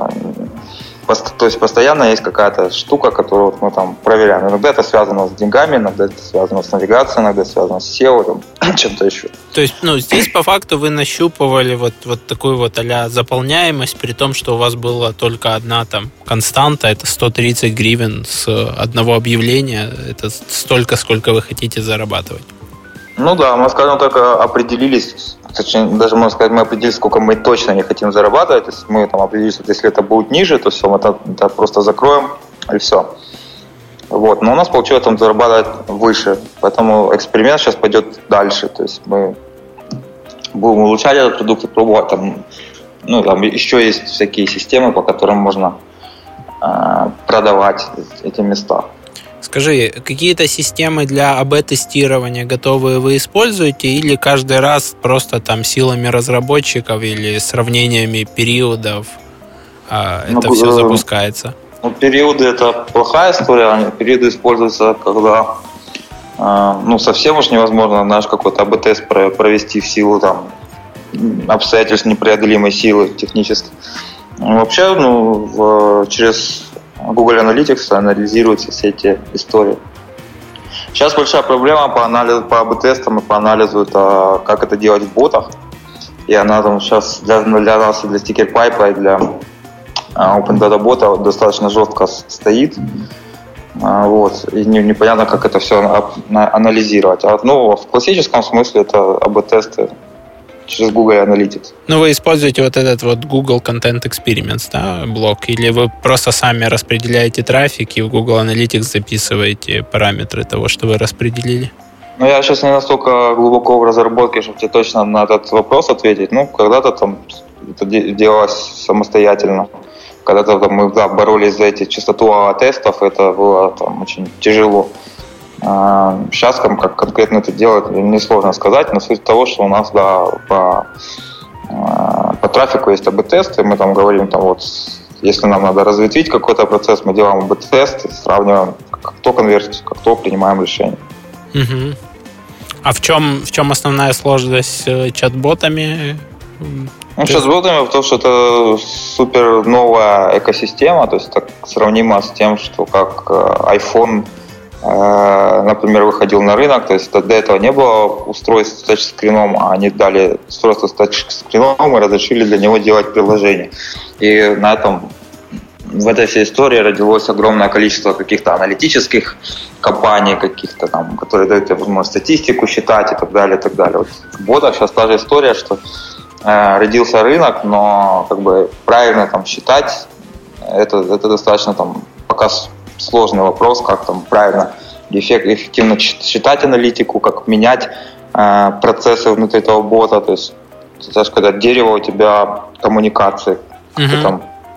Speaker 3: То есть постоянно есть какая-то штука, которую мы там проверяем. Иногда это связано с деньгами, иногда это связано с навигацией, иногда связано с сео, там, чем-то еще.
Speaker 2: То есть, ну, здесь по факту вы нащупывали вот, вот такую вот а-ля заполняемость, при том, что у вас была только одна там константа, это сто тридцать гривен с одного объявления, это столько, сколько вы хотите зарабатывать.
Speaker 3: Ну да, мы, скажем так, определились, точнее, даже можно сказать, мы определились, сколько мы точно не хотим зарабатывать. То есть мы там определились, что если это будет ниже, то все, мы это, это просто закроем, и все. Вот. Но у нас получилось там зарабатывать выше, поэтому эксперимент сейчас пойдет дальше. То есть мы будем улучшать этот продукт и пробовать. Там, ну, там еще есть всякие системы, по которым можно э, продавать эти места.
Speaker 2: Скажи, какие-то системы для эй би-тестирования готовые вы используете или каждый раз просто там силами разработчиков или сравнениями периодов а, это ну, все запускается?
Speaker 3: Ну, периоды – это плохая история. Периоды используются, когда э, ну, совсем уж невозможно, знаешь, какой-то эй би-тест провести в силу там, обстоятельств непреодолимой силы технически. Вообще, ну, в, через... Google Analytics анализируются все эти истории. Сейчас большая проблема по анализу, по эй би-тестам и по анализу, это как это делать в ботах. И она там сейчас для, для нас, и для StickerPipe, и для Open Data Bot достаточно жестко стоит. Вот. И непонятно, как это все анализировать. А, ну, в классическом смысле это эй би-тесты через Google Analytics.
Speaker 2: Ну, вы используете вот этот вот Google Content Experiments, да, блок, или вы просто сами распределяете трафик и в Google Analytics записываете параметры того, что вы распределили?
Speaker 3: Ну, я сейчас не настолько глубоко в разработке, чтобы тебе точно на этот вопрос ответить. Ну, когда-то там это делалось самостоятельно. Когда-то там мы да, боролись за эти частоту тестов, это было там очень тяжело. Сейчас как конкретно это делать несложно сказать, но суть того, что у нас да, по, по трафику есть эй би-тесты, мы там говорим, там, вот, если нам надо разветвить какой-то процесс, мы делаем эй би-тест, сравниваем, кто конвертит, кто принимаем решение.
Speaker 2: Угу. А в чем, в чем основная сложность с чат-ботами?
Speaker 3: Ну, чат-ботами в том, что это супер новая экосистема, то есть так сравнимо с тем, что как iPhone, например, выходил на рынок, то есть до этого не было устройств с тачскрином, а они дали устройство с тачскрином и разрешили для него делать приложение. И на этом, в этой всей истории родилось огромное количество каких-то аналитических компаний, каких-то там, которые дают тебе возможность статистику считать и так далее, и так далее. Вот в ботах сейчас та же история, что э, родился рынок, но как бы правильно там считать, это, это достаточно там пока сложный вопрос, как там правильно эффективно считать аналитику, как менять э, процессы внутри этого бота. То есть, знаешь, когда дерево у тебя коммуникации,
Speaker 2: угу.
Speaker 3: ты там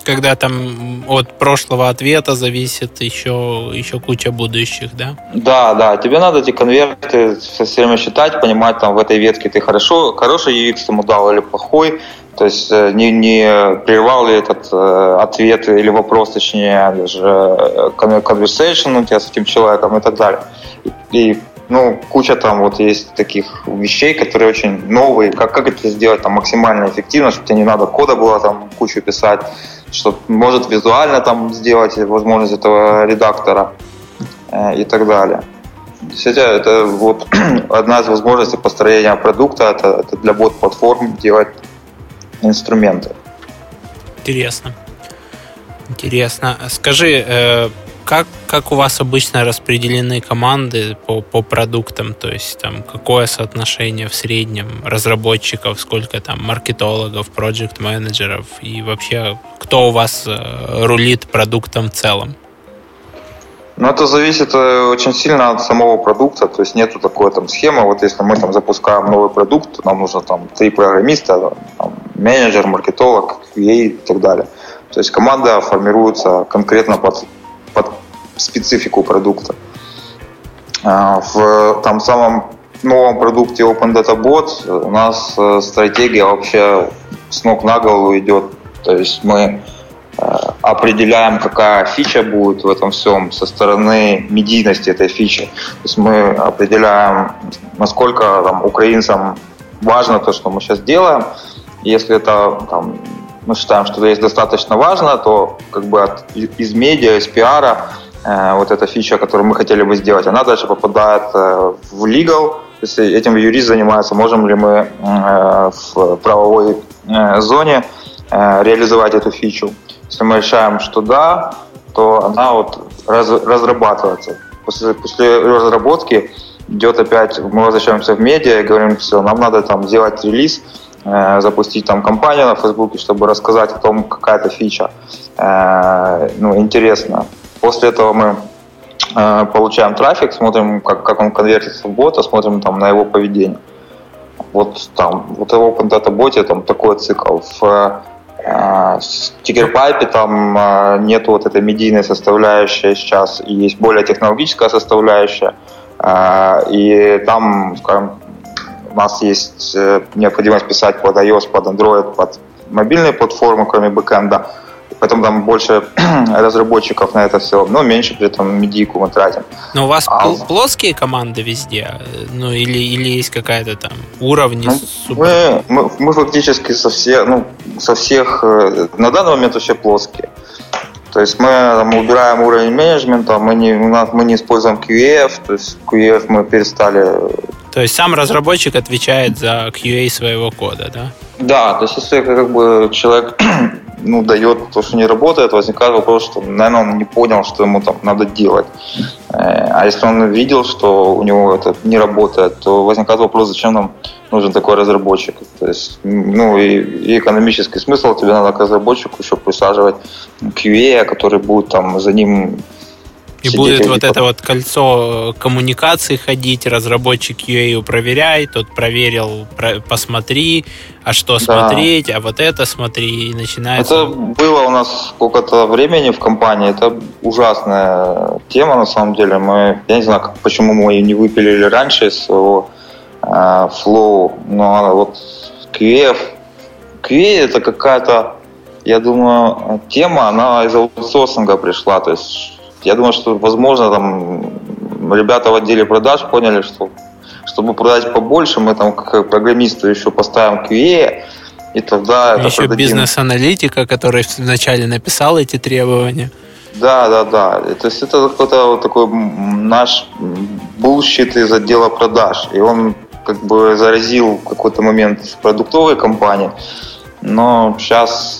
Speaker 2: Когда там от прошлого ответа зависит еще, еще куча будущих, да?
Speaker 3: Да, да. Тебе надо эти конверты все время считать, понимать, там в этой ветке ты хорошо, хороший ю экс ему дал или плохой. То есть не, не прервал ли этот э, ответ или вопрос, точнее, даже conversation у тебя с этим человеком и так далее. И, ну, куча там вот есть таких вещей, которые очень новые. Как, как это сделать там максимально эффективно, чтобы тебе не надо кода было там кучу писать, что может визуально там сделать возможность этого редактора э, и так далее. Это, это вот одна из возможностей построения продукта, это, это для бот-платформ делать инструменты.
Speaker 2: Интересно. Интересно. Скажи, э, как, как у вас обычно распределены команды по, по продуктам? То есть там какое соотношение в среднем разработчиков, сколько там маркетологов, проект-менеджеров и вообще кто у вас э, рулит продуктом в целом?
Speaker 3: Ну, это зависит очень сильно от самого продукта, то есть нету такой там схемы, вот если мы там запускаем новый продукт, нам нужно там три программиста, там, менеджер, маркетолог, кью эй и так далее. То есть команда формируется конкретно под, под специфику продукта. В там самом новом продукте Open Data Bot у нас стратегия вообще с ног на голову идет, то есть мы определяем, какая фича будет в этом всем со стороны медийности этой фичи. То есть мы определяем, насколько там, украинцам важно то, что мы сейчас делаем. Если это там, мы считаем, что это есть достаточно важно, то как бы от, из медиа, из пиара э, вот эта фича, которую мы хотели бы сделать, она дальше попадает э, в legal. Если этим юрист занимается, можем ли мы э, в правовой э, зоне э, реализовать эту фичу. Если мы решаем, что да, то она вот раз, разрабатывается. После, после разработки идет опять, мы возвращаемся в медиа и говорим, все, нам надо там сделать релиз, э, запустить там кампанию на Фейсбуке, чтобы рассказать о том, какая-то фича э, ну, интересна. После этого мы э, получаем трафик, смотрим, как, как он конвертится в бота, смотрим там на его поведение. Вот там, вот в Open Data Bot там такой цикл. В В TiggerPipe там нет вот этой медийной составляющей сейчас, и есть более технологическая составляющая, и там, скажем, у нас есть необходимость писать под iOS, под Android, под мобильные платформы, кроме бэкэнда, поэтому там больше разработчиков на это все, но меньше при этом медийку мы тратим.
Speaker 2: Но у вас а, плоские команды везде? Ну, или, или есть какая-то там уровни?
Speaker 3: Ну, супер... мы, мы, мы фактически со всех, ну, со всех, на данный момент вообще плоские. То есть мы там, убираем уровень менеджмента, мы не, у нас, мы не используем кью эй эф, то есть кью эй эф мы перестали...
Speaker 2: То есть сам разработчик отвечает за кью эй своего кода, да?
Speaker 3: Да, то есть если как бы человек ну, дает то, что не работает, возникает вопрос, что, наверное, он не понял, что ему там надо делать. А если он видел, что у него это не работает, то возникает вопрос, зачем нам нужен такой разработчик. То есть, ну, и, и экономический смысл, тебе надо к разработчику еще присаживать кью эй, который будет там за ним...
Speaker 2: И будет вот это вот кольцо коммуникаций ходить, разработчик кью эй проверяй, тот проверил, про, посмотри, а что да. смотреть, а вот это смотри, и начинается...
Speaker 3: Это было у нас сколько-то времени в компании, это ужасная тема на самом деле. Мы, я не знаю, как, почему мы ее не выпилили раньше из своего э, флоу, но вот кью эй, кью эй это какая-то, я думаю, тема, она из аутсорсинга пришла, то есть я думаю, что, возможно, там ребята в отделе продаж поняли, что чтобы продать побольше, мы там как программисты еще поставим кью эй, и тогда...
Speaker 2: Это еще продадим. Бизнес-аналитика, который вначале написал эти требования.
Speaker 3: Да, да, да. То есть это какой-то вот такой наш булщит из отдела продаж. И он как бы заразил в какой-то момент продуктовой компании, но сейчас...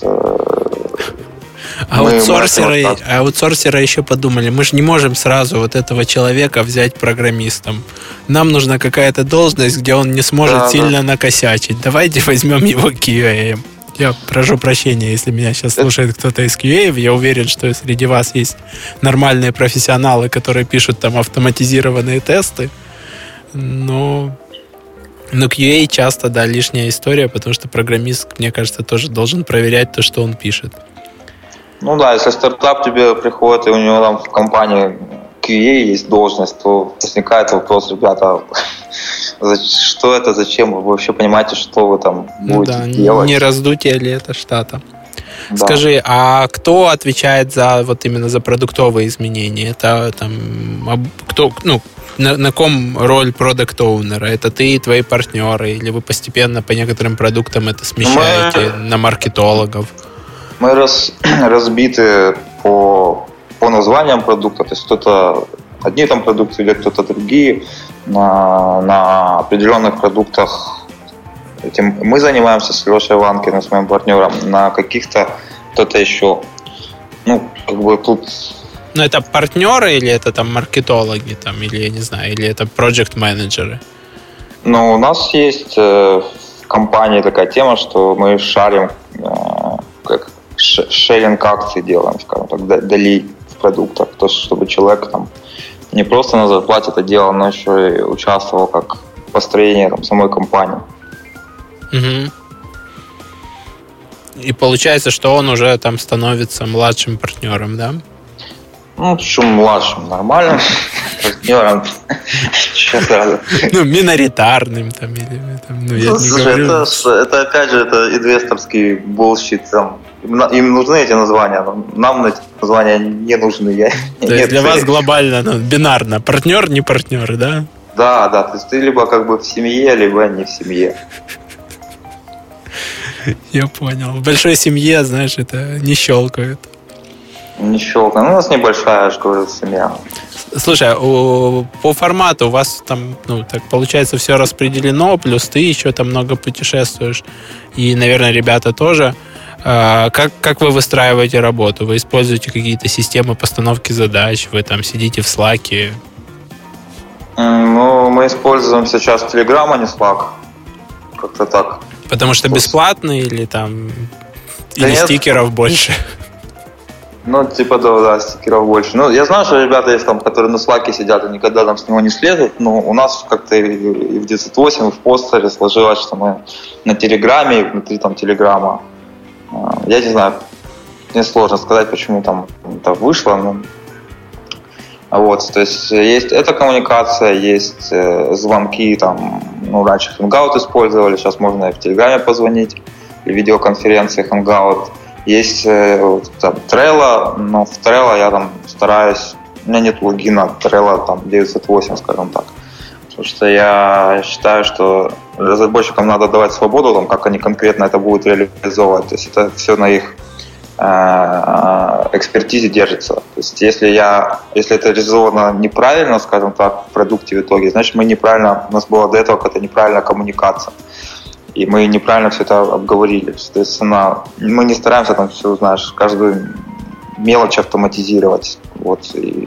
Speaker 2: Аутсорсеры, аутсорсеры еще подумали, мы же не можем сразу вот этого человека взять программистом. Нам нужна какая-то должность, где он не сможет да, сильно да. накосячить. Давайте возьмем его кью эй. Я прошу прощения, если меня сейчас слушает кто-то из кью эй. Я уверен, что среди вас есть нормальные профессионалы, которые пишут там автоматизированные тесты. Но, но кью эй часто, да, лишняя история, потому что программист, мне кажется, тоже должен проверять то, что он пишет.
Speaker 3: Ну да, если стартап тебе приходит, и у него там в компании кью эй есть должность, то возникает вопрос, ребята, что это, зачем, вы вообще понимаете, что вы там будете
Speaker 2: ну, да,
Speaker 3: делать?
Speaker 2: Не раздутие ли это штата?
Speaker 3: Да.
Speaker 2: Скажи, а кто отвечает за вот именно за продуктовые изменения? Это там кто, ну, на, на ком роль продакт-оунера? Это ты и твои партнеры? Или вы постепенно по некоторым продуктам это смещаете мы, на маркетологов?
Speaker 3: Мы раз, разбиты по, по названиям продукта. То есть кто-то одни там продукты ведет, кто-то другие. На, на определенных продуктах этим мы занимаемся с Лешей Ванкиным, с моим партнером, на каких-то кто-то еще. Ну, как бы тут...
Speaker 2: Ну, это партнеры или это там маркетологи, там, или, я не знаю, или это проект-менеджеры?
Speaker 3: Ну, у нас есть э, в компании такая тема, что мы шарим, э, как шеринг акций делаем, скажем так, долей в продуктах, то, чтобы человек там не просто на зарплате это делал, но еще и участвовал как в построении там, самой компании.
Speaker 2: Угу. И получается, что он уже там становится младшим партнером, да?
Speaker 3: Ну, почему младшим? Нормальным партнером.
Speaker 2: Ну, миноритарным там или там, ну, я не говорю.
Speaker 3: Это опять же, это инвесторский булщит. Им нужны эти названия, нам эти названия не нужны.
Speaker 2: То есть для вас глобально, ну, бинарно, партнер, не партнеры, да?
Speaker 3: Да, да, то есть ты либо как бы в семье, либо не в семье.
Speaker 2: Я понял. В большой семье, знаешь, это не щелкают.
Speaker 3: Не щелкает. Ну, у нас небольшая, я же говорю, семья.
Speaker 2: Слушай, у, по формату у вас там, ну, так получается, все распределено, плюс ты еще там много путешествуешь, и, наверное, ребята тоже. А, как, как вы выстраиваете работу? Вы используете какие-то системы постановки задач? Вы там сидите в Slack?
Speaker 3: Ну, мы используем сейчас Telegram, а не Slack. Как-то так.
Speaker 2: Потому что бесплатный или там
Speaker 3: да
Speaker 2: или
Speaker 3: нет.
Speaker 2: стикеров больше?
Speaker 3: Ну, типа, да, да, стикеров больше. Ну, я знаю, что ребята есть там, которые на Slack сидят и никогда там с него не слезут, но у нас как-то и в девятьсот восемь, и в постере сложилось, что мы на Телеграме, и внутри там Телеграма. Я не знаю, мне сложно сказать, почему там это вышло, но... Вот, то есть есть эта коммуникация, есть э, звонки, там, ну, раньше Hangout использовали, сейчас можно и в Телеграме позвонить, и видеоконференции Hangout. Есть э, вот, там, Trello, но в Trello я там стараюсь, у меня нет логина Trello там девятьсот восемь, скажем так, потому что я считаю, что разработчикам надо давать свободу, там, как они конкретно это будут реализовывать, то есть это все на их экспертизе держится. То есть если я, если это реализовано неправильно, скажем так, в продукте в итоге, значит мы неправильно, у нас была до этого какая-то неправильная коммуникация. И мы неправильно все это обговорили. Соответственно, мы не стараемся там все, знаешь, каждую мелочь автоматизировать. Вот, и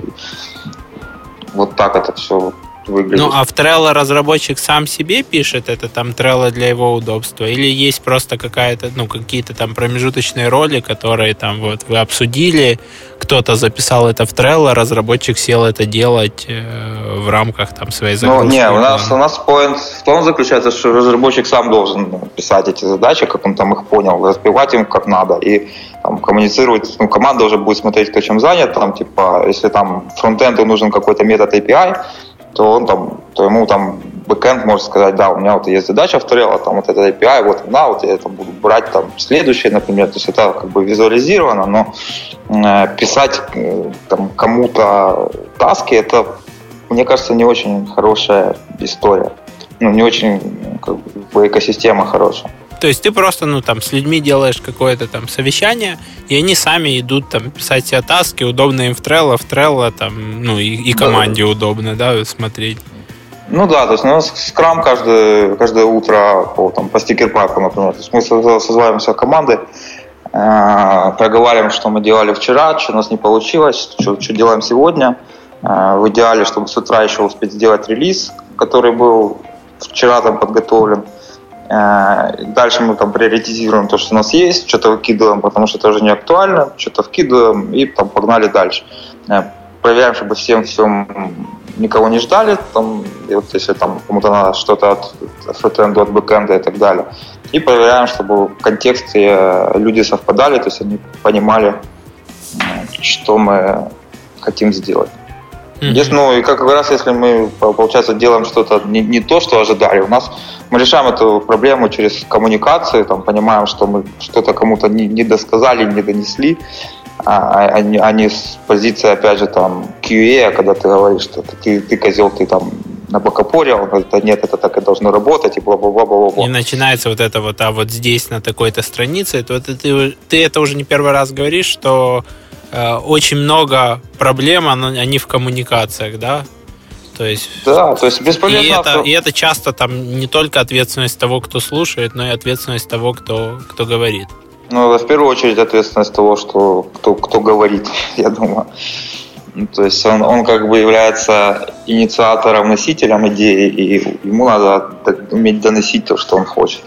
Speaker 3: вот так это все выглядит.
Speaker 2: Ну, а в Trello разработчик сам себе пишет, это там Trello для его удобства, или есть просто какая-то, ну, какие-то там промежуточные роли, которые там вот вы обсудили, кто-то записал это в Trello, разработчик сел это делать э, в рамках там своей загрузки?
Speaker 3: Ну, не, у нас, у нас point в том заключается, что разработчик сам должен писать эти задачи, как он там их понял, разбивать им как надо, и там, коммуницировать, ну, команда уже будет смотреть, кто чем занят, там, типа, если там фронтенду нужен какой-то метод эй пи ай, то он там, то ему там бэкэнд может сказать, да, у меня вот есть задача в Trello, там вот эта эй пи ай, вот она, вот я это буду брать там следующее, например, то есть это как бы визуализировано, но э, писать э, там кому-то таски, это, мне кажется, не очень хорошая история, ну, не очень как бы экосистема хорошая.
Speaker 2: То есть ты просто, ну, там, с людьми делаешь какое-то там совещание, и они сами идут там писать себе таски, удобно им в Trello, в Trello там, ну, и, и команде да. удобно, да, смотреть.
Speaker 3: Ну да, то есть у нас скрам каждое, каждое утро по, там, по стикер-паку, например. То есть мы созваниваемся командой, э, проговариваем, что мы делали вчера, что у нас не получилось, что, что делаем сегодня. Э, в идеале, чтобы с утра еще успеть сделать релиз, который был вчера там подготовлен. Дальше мы там приоритизируем то, что у нас есть, что-то выкидываем, потому что это уже не актуально, что-то вкидываем и там погнали дальше. Проверяем, чтобы всем всем никого не ждали, там, и вот если там кому-то надо что-то от фронтенда, от бэкенда и так далее. И проверяем, чтобы в контексте люди совпадали, то есть они понимали, что мы хотим сделать.
Speaker 2: Mm-hmm.
Speaker 3: Если, ну, и как раз если мы, получается, делаем что-то не, не то, что ожидали, у нас мы решаем эту проблему через коммуникацию, там, понимаем, что мы что-то кому-то не, не досказали, не донесли, а, а, не, а не с позиции, опять же, там, кью эй, когда ты говоришь, что ты, ты козел, ты там набокопорил, это нет, это так и должно работать, и бла-бла-бла-бла-бла.
Speaker 2: И начинается вот это вот, а вот здесь на такой-то странице, то ты, ты, ты это уже не первый раз говоришь, что э, очень много проблем, они в коммуникациях, да? То есть,
Speaker 3: да, то есть бесполезно.
Speaker 2: И это, и это часто там не только ответственность того, кто слушает, но и ответственность того, кто, кто говорит.
Speaker 3: Ну, в первую очередь ответственность того, что, кто, кто говорит, я думаю. То есть он, он как бы является инициатором, носителем идеи, и ему надо уметь доносить то, что он хочет.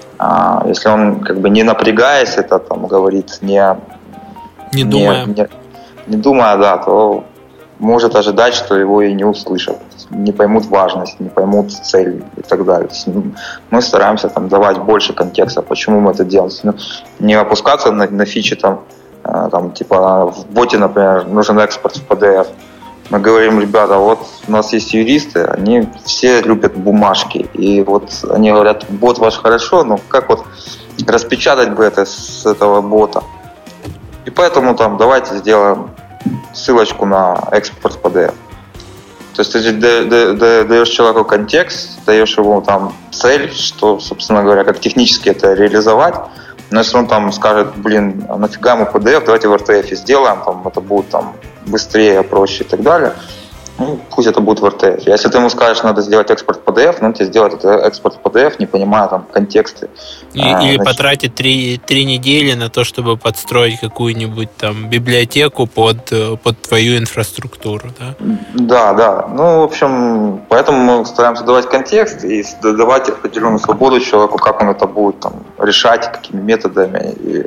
Speaker 3: А если он как бы не напрягаясь это там говорит, не,
Speaker 2: не, думая.
Speaker 3: не, не, не думая, да, то может ожидать, что его и не услышат, не поймут важность, не поймут цель и так далее. То есть мы стараемся там давать больше контекста, почему мы это делаем. Не опускаться на, на фичи там, там, типа в боте, например, нужен экспорт в пи ди эф. Мы говорим, ребята, вот у нас есть юристы, они все любят бумажки. И вот они говорят, бот ваш хорошо, но как вот распечатать бы это с этого бота? И поэтому там давайте сделаем ссылочку на экспорт в пи ди эф. То есть ты даешь человеку контекст, даешь ему там цель, что, собственно говоря, как технически это реализовать. Но если он там скажет, блин, а нафига ему пи ди эф, давайте в эр ти эф сделаем, там, это будет там быстрее, проще и так далее, ну, пусть это будет в эр ти эф. Если ты ему скажешь, надо сделать экспорт в пи ди эф, ну, он тебе сделает это экспорт в пи ди эф, не понимая там контексты.
Speaker 2: И,
Speaker 3: а,
Speaker 2: или
Speaker 3: значит...
Speaker 2: потратить три, три недели на то, чтобы подстроить какую-нибудь там библиотеку под, под твою инфраструктуру, да?
Speaker 3: Да, да. Ну, в общем, поэтому мы стараемся давать контекст и давать определенную свободу человеку, как он это будет там решать, какими методами. И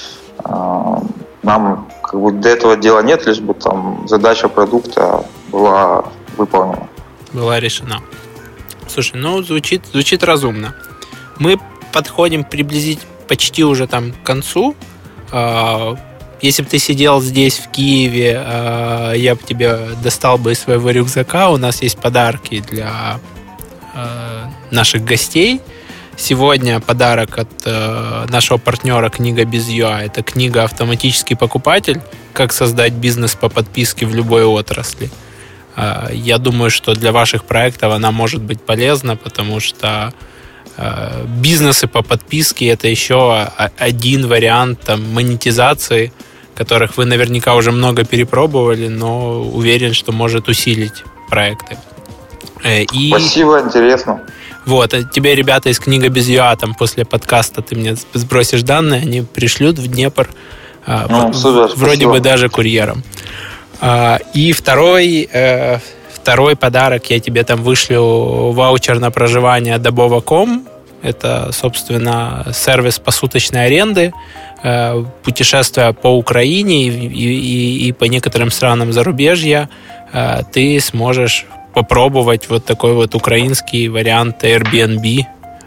Speaker 3: э, нам как бы до этого дела нет, лишь бы там задача продукта была выполнена.
Speaker 2: Была решена. Слушай, ну звучит, звучит разумно. Мы подходим приблизительно почти уже там к концу. Если бы ты сидел здесь, в Киеве, я бы тебе достал бы из своего рюкзака. У нас есть подарки для наших гостей. Сегодня подарок от нашего партнера «Книга без ю ай». Это книга «Автоматический покупатель. Как создать бизнес по подписке в любой отрасли». Я думаю, что для ваших проектов она может быть полезна, потому что бизнесы по подписке – это еще один вариант там, монетизации, которых вы наверняка уже много перепробовали, но уверен, что может усилить проекты. И...
Speaker 3: Спасибо, интересно.
Speaker 2: Вот, а тебе ребята из «Книга без ю ай», там после подкаста ты мне сбросишь данные, они пришлют в Днепр,
Speaker 3: ну, супер,
Speaker 2: вроде
Speaker 3: спасибо.
Speaker 2: бы даже курьером. И второй, второй подарок, я тебе там вышлю ваучер на проживание добова точка ком. Это, собственно, сервис посуточной аренды, путешествия по Украине и, и, и по некоторым странам зарубежья. Ты сможешь попробовать вот такой вот украинский вариант Airbnb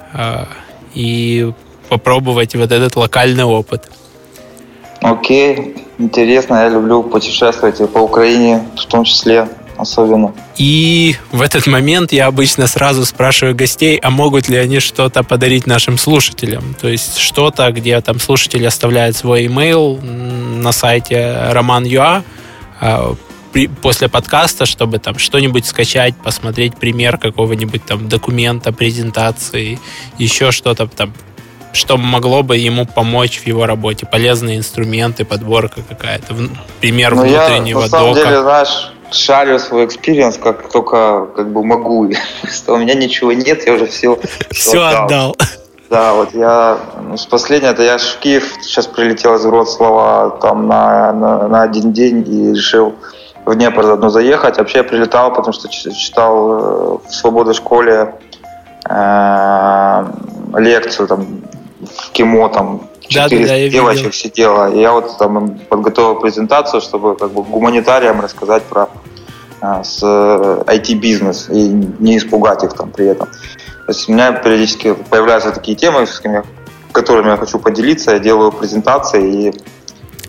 Speaker 2: и попробовать вот этот локальный опыт.
Speaker 3: Окей, интересно, я люблю путешествовать и по Украине в том числе особенно.
Speaker 2: И в этот момент я обычно сразу спрашиваю гостей, а могут ли они что-то подарить нашим слушателям. То есть что-то, где там слушатель оставляет свой имейл на сайте роман точка ю а после подкаста, чтобы там что-нибудь скачать, посмотреть пример какого-нибудь там документа, презентации, еще что-то там, что могло бы ему помочь в его работе. Полезные инструменты, подборка какая-то, пример
Speaker 3: ну,
Speaker 2: внутреннего
Speaker 3: я, на самом
Speaker 2: дока.
Speaker 3: деле, знаешь, шарю свой экспириенс, как только как бы могу. Что у меня ничего нет, я уже все
Speaker 2: Все отдал. отдал.
Speaker 3: Да, вот я ну, с последнего, это я в Киев сейчас прилетел из Вроцлава там на, на, на один день и решил в Днепр заодно заехать. Вообще я прилетал, потому что читал в Свободной школе э, лекцию там в КИМО, там четыреста да, да, да, девочек видел. Сидело. И я вот там подготовил презентацию, чтобы как бы гуманитариям рассказать про э, с ай ти-бизнес и не испугать их там при этом. То есть у меня периодически появляются такие темы, с которыми я хочу поделиться. Я делаю презентации и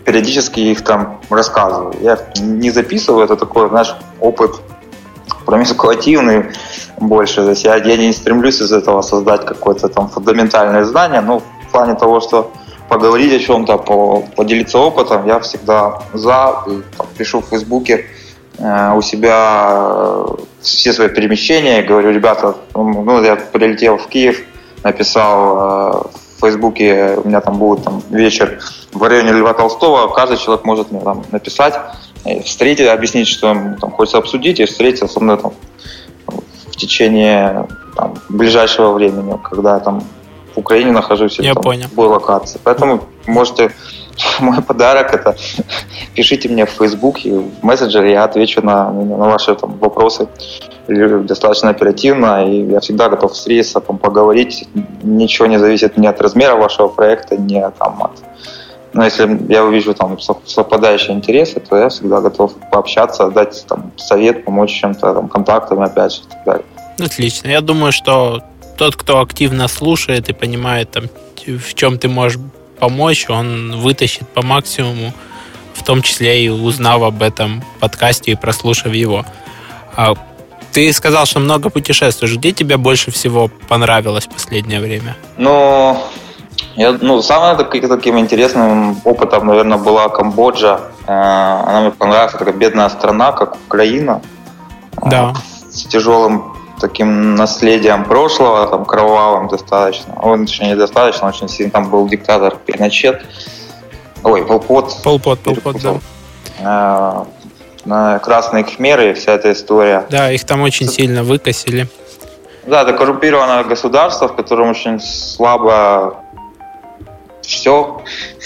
Speaker 3: периодически их там рассказываю. Я не записываю, это такой, знаешь, опыт промежутковативный больше. То есть я, я не стремлюсь из этого создать какое-то там фундаментальное знание, но в плане того, что поговорить о чем-то, по, поделиться опытом, я всегда за. И, там, пишу в Фейсбуке э, у себя все свои перемещения, говорю, ребята, ну, я прилетел в Киев, написал э, в Фейсбуке, у меня там будет там, вечер в районе Льва Толстого, каждый человек может мне там написать, встретить, объяснить, что ему там хочется обсудить, и встретиться со мной там в течение там, ближайшего времени, когда я там в Украине нахожусь или
Speaker 2: я
Speaker 3: там,
Speaker 2: понял.
Speaker 3: в любой локации. Поэтому можете, мой подарок это пишите мне в Facebook и в мессенджере, я отвечу на, на ваши там, вопросы достаточно оперативно, и я всегда готов встретиться, там, поговорить. Ничего не зависит ни от размера вашего проекта, ни там, от... Но если я увижу там совпадающие интересы, то я всегда готов пообщаться, дать там, совет, помочь чем-то, там, контактами, опять же, и так далее.
Speaker 2: Отлично. Я думаю, что тот, кто активно слушает и понимает, там, в чем ты можешь помочь, он вытащит по максимуму, в том числе и узнав об этом подкасте и прослушав его. Ты сказал, что много путешествуешь. Где тебе больше всего понравилось в последнее время?
Speaker 3: Ну, я, ну самым таким интересным опытом, наверное, была Камбоджа. Она мне понравилась, такая бедная страна, как Украина.
Speaker 2: Да.
Speaker 3: С тяжелым таким наследием прошлого, там, кровавым достаточно. Он, точнее, недостаточно, очень сильно. Там был диктатор Пиночет. Ой, Пол Пот.
Speaker 2: Пол Пот, Пол Пот,
Speaker 3: да. На Красные Кхмеры и вся эта история.
Speaker 2: Да, их там очень сильно выкосили.
Speaker 3: Да, это коррумпированное государство, в котором очень слабо все.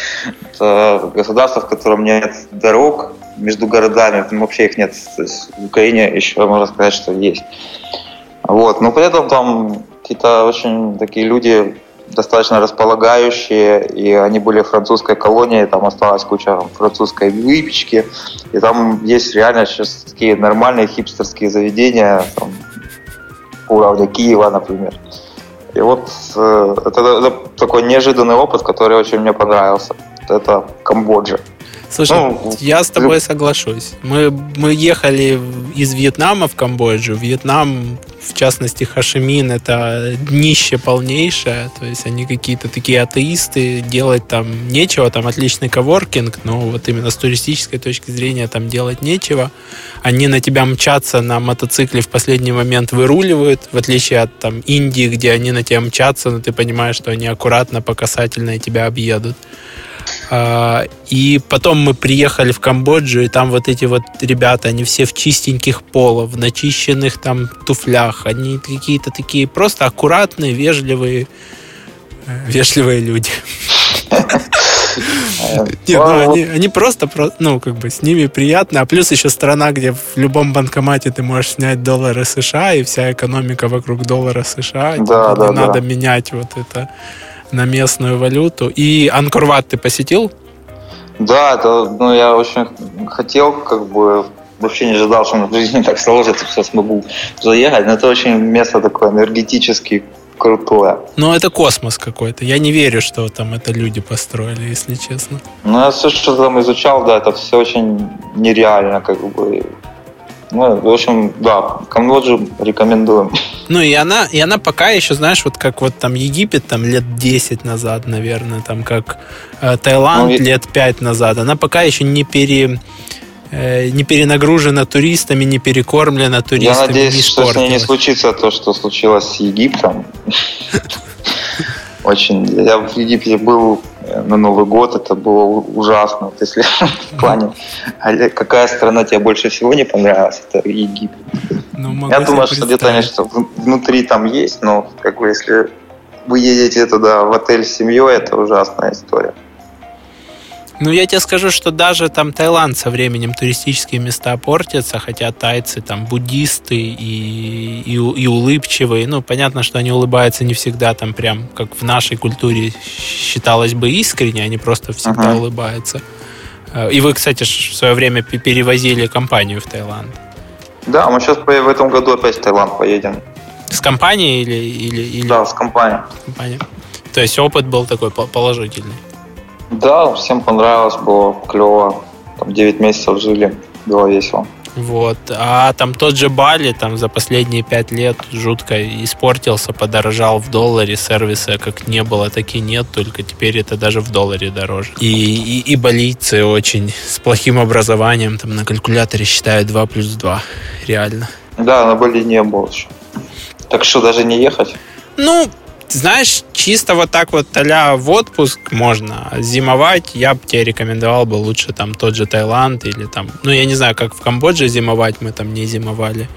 Speaker 3: Это государство, в котором нет дорог между городами, вообще их нет. То есть в Украине еще можно сказать, что есть. Вот. Но при этом там какие-то очень такие люди достаточно располагающие, и они были в французской колонии, там осталась куча там, французской выпечки, и там есть реально сейчас такие нормальные хипстерские заведения, там, уровня Киева, например. И вот э, это, это такой неожиданный опыт, который очень мне понравился. Это Камбоджа.
Speaker 2: Слушай,
Speaker 3: ну,
Speaker 2: я с тобой соглашусь. Мы, мы ехали из Вьетнама в Камбоджу. Вьетнам, в частности, Хошимин, это днище полнейшее. То есть они какие-то такие атеисты, делать там нечего. Там отличный коворкинг, но вот именно с туристической точки зрения там делать нечего. Они на тебя мчатся на мотоцикле в последний момент выруливают, в отличие от там Индии, где они на тебя мчатся, но ты понимаешь, что они аккуратно по касательной тебя объедут. И потом мы приехали в Камбоджу, и там вот эти вот ребята, они все в чистеньких полах, в начищенных там туфлях, они какие-то такие просто аккуратные, вежливые, вежливые люди. Нет, ну, они, они просто, ну, как бы с ними приятно, а плюс еще страна, где в любом банкомате ты можешь снять доллары США, и вся экономика вокруг доллара США, да, да, не да. надо менять вот это на местную валюту. И Ангкор-Ват ты посетил?
Speaker 3: Да, это, ну, я очень хотел, как бы, вообще не ожидал, что в жизни так сложится, что смогу заехать, но это очень место такое энергетически крутое.
Speaker 2: Ну, это космос какой-то. Я не верю, что там это люди построили, если честно.
Speaker 3: Ну, я все, что там изучал, да, это все очень нереально, как бы. Ну, в общем, да, Камбоджу рекомендуем.
Speaker 2: Ну, и она, и она пока еще, знаешь, вот как вот там Египет там лет десять назад, наверное, там как э, Таиланд ну, лет пять назад, она пока еще не пере... не перенагружена туристами, не перекормлена туристами.
Speaker 3: Я надеюсь, что с ней не случится то, что случилось с Египтом. Очень. Я в Египте был на Новый год, это было ужасно. Если в плане, какая страна тебе больше всего не понравилась, это Египет. Я думаю, что где-то конечно внутри там есть, но как бы если вы едете туда в отель с семьей, это ужасная история.
Speaker 2: Ну, я тебе скажу, что даже там Таиланд со временем туристические места портятся, хотя тайцы там буддисты и, и, и улыбчивые. Ну, понятно, что они улыбаются не всегда там прям, как в нашей культуре считалось бы искренне, они просто всегда uh-huh. улыбаются. И вы, кстати, в свое время перевозили компанию в Таиланд.
Speaker 3: Да, мы сейчас в этом году опять в Таиланд поедем.
Speaker 2: С компанией или... или, или...
Speaker 3: Да, с компанией.
Speaker 2: Компания. То есть опыт был такой положительный.
Speaker 3: Да, всем понравилось, было клево. Там девять месяцев жили, было весело.
Speaker 2: Вот. А там тот же Бали там за последние пять лет жутко испортился, подорожал в долларе, сервиса как не было, так и нет, только теперь это даже в долларе дороже. И, и, и балийцы очень с плохим образованием там на калькуляторе считают два плюс два. Реально.
Speaker 3: Да, на Бали не было еще. Так что даже не ехать?
Speaker 2: Ну, знаешь, чисто вот так вот а-ля в отпуск можно. Зимовать я бы тебе рекомендовал бы лучше там тот же Таиланд или там, ну я не знаю, как в Камбодже зимовать, мы там не зимовали.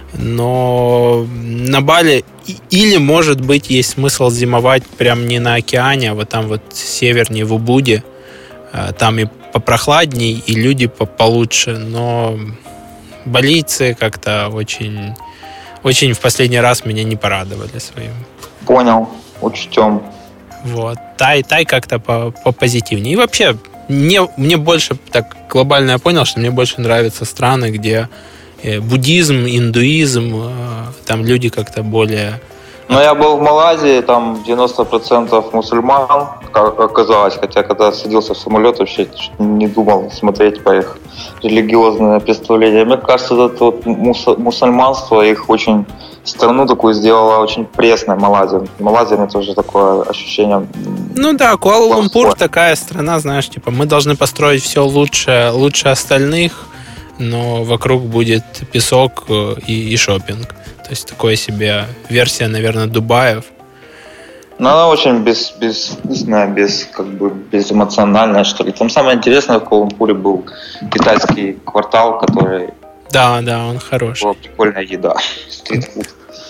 Speaker 2: Но на Бали или, может быть, есть смысл зимовать прям не на океане, а вот там вот севернее в Убуде. Там и попрохладней, и люди получше, но балийцы как-то очень, очень в последний раз меня не порадовали своим.
Speaker 3: Понял, учтем.
Speaker 2: Вот. Тай, тай как-то по, попозитивнее. И вообще, мне, мне больше, так глобально я понял, что мне больше нравятся страны, где буддизм, индуизм, там люди как-то более...
Speaker 3: Ну, я был в Малайзии, там девяносто процентов мусульман, как оказалось, хотя когда садился в самолет, вообще не думал смотреть по их религиозные представления. Мне кажется, это вот мусульманство их очень... Страну такую сделала очень пресной Малайзия. Малайзия, мне тоже такое ощущение.
Speaker 2: Ну да, Куала-Лумпур такая страна, знаешь, типа мы должны построить все лучше, лучше остальных, но вокруг будет песок и, и шопинг. То есть такое себе версия, наверное, Дубаев.
Speaker 3: Но она очень без, без, не знаю, без, как бы, безэмоциональная, что ли. Там самое интересное в Куала-Лумпуре был китайский квартал, который...
Speaker 2: Да, да, он хороший.
Speaker 3: Была прикольная еда. Стритфуд.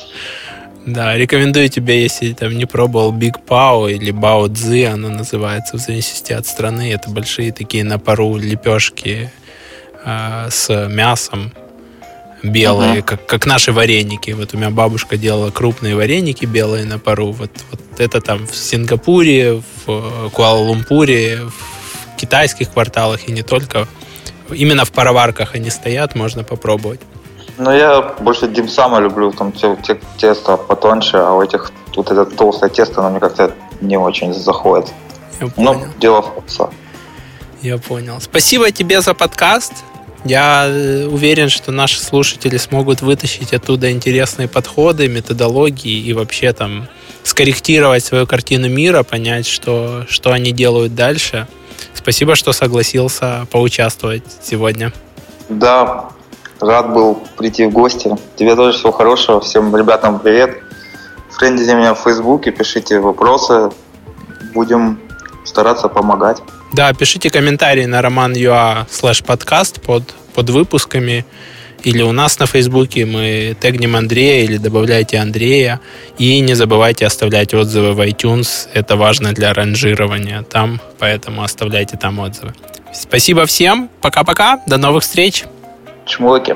Speaker 2: Да, рекомендую тебе, если там не пробовал Биг Пао или Бао Цзи, оно называется, в зависимости от страны. Это большие такие на пару лепешки э, с мясом белые, uh-huh. как, как наши вареники. Вот у меня бабушка делала крупные вареники белые на пару. Вот, вот это там в Сингапуре, в Куала-Лумпуре, в китайских кварталах и не только. Именно в пароварках они стоят, можно попробовать.
Speaker 3: Ну, я больше димсама люблю, там те, те, тесто потоньше, а у этих тут это толстое тесто, оно мне как-то не очень заходит.
Speaker 2: Я понял.
Speaker 3: Но дело вкуса.
Speaker 2: Я понял. Спасибо тебе за подкаст. Я уверен, что наши слушатели смогут вытащить оттуда интересные подходы, методологии и вообще там скорректировать свою картину мира, понять, что, что они делают дальше. Спасибо, что согласился поучаствовать сегодня.
Speaker 3: Да, рад был прийти в гости. Тебе тоже всего хорошего. Всем ребятам привет. Френдите меня в Фейсбуке, пишите вопросы. Будем стараться помогать.
Speaker 2: Да, пишите комментарии на roman.ua слэш подкаст под, под выпусками. Или у нас на Фейсбуке мы тегнем Андрея или добавляйте Андрея. И не забывайте оставлять отзывы в iTunes. Это важно для ранжирования там, поэтому оставляйте там отзывы. Спасибо всем. Пока-пока. До новых встреч.
Speaker 3: Чмоки.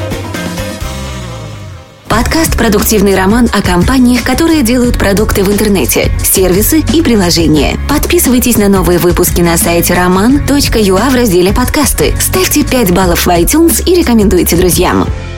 Speaker 1: Подкаст «Продуктивный роман» о компаниях, которые делают продукты в интернете, сервисы и приложения. Подписывайтесь на новые выпуски на сайте роман точка ю а в разделе «Подкасты». Ставьте пять баллов в iTunes и рекомендуйте друзьям.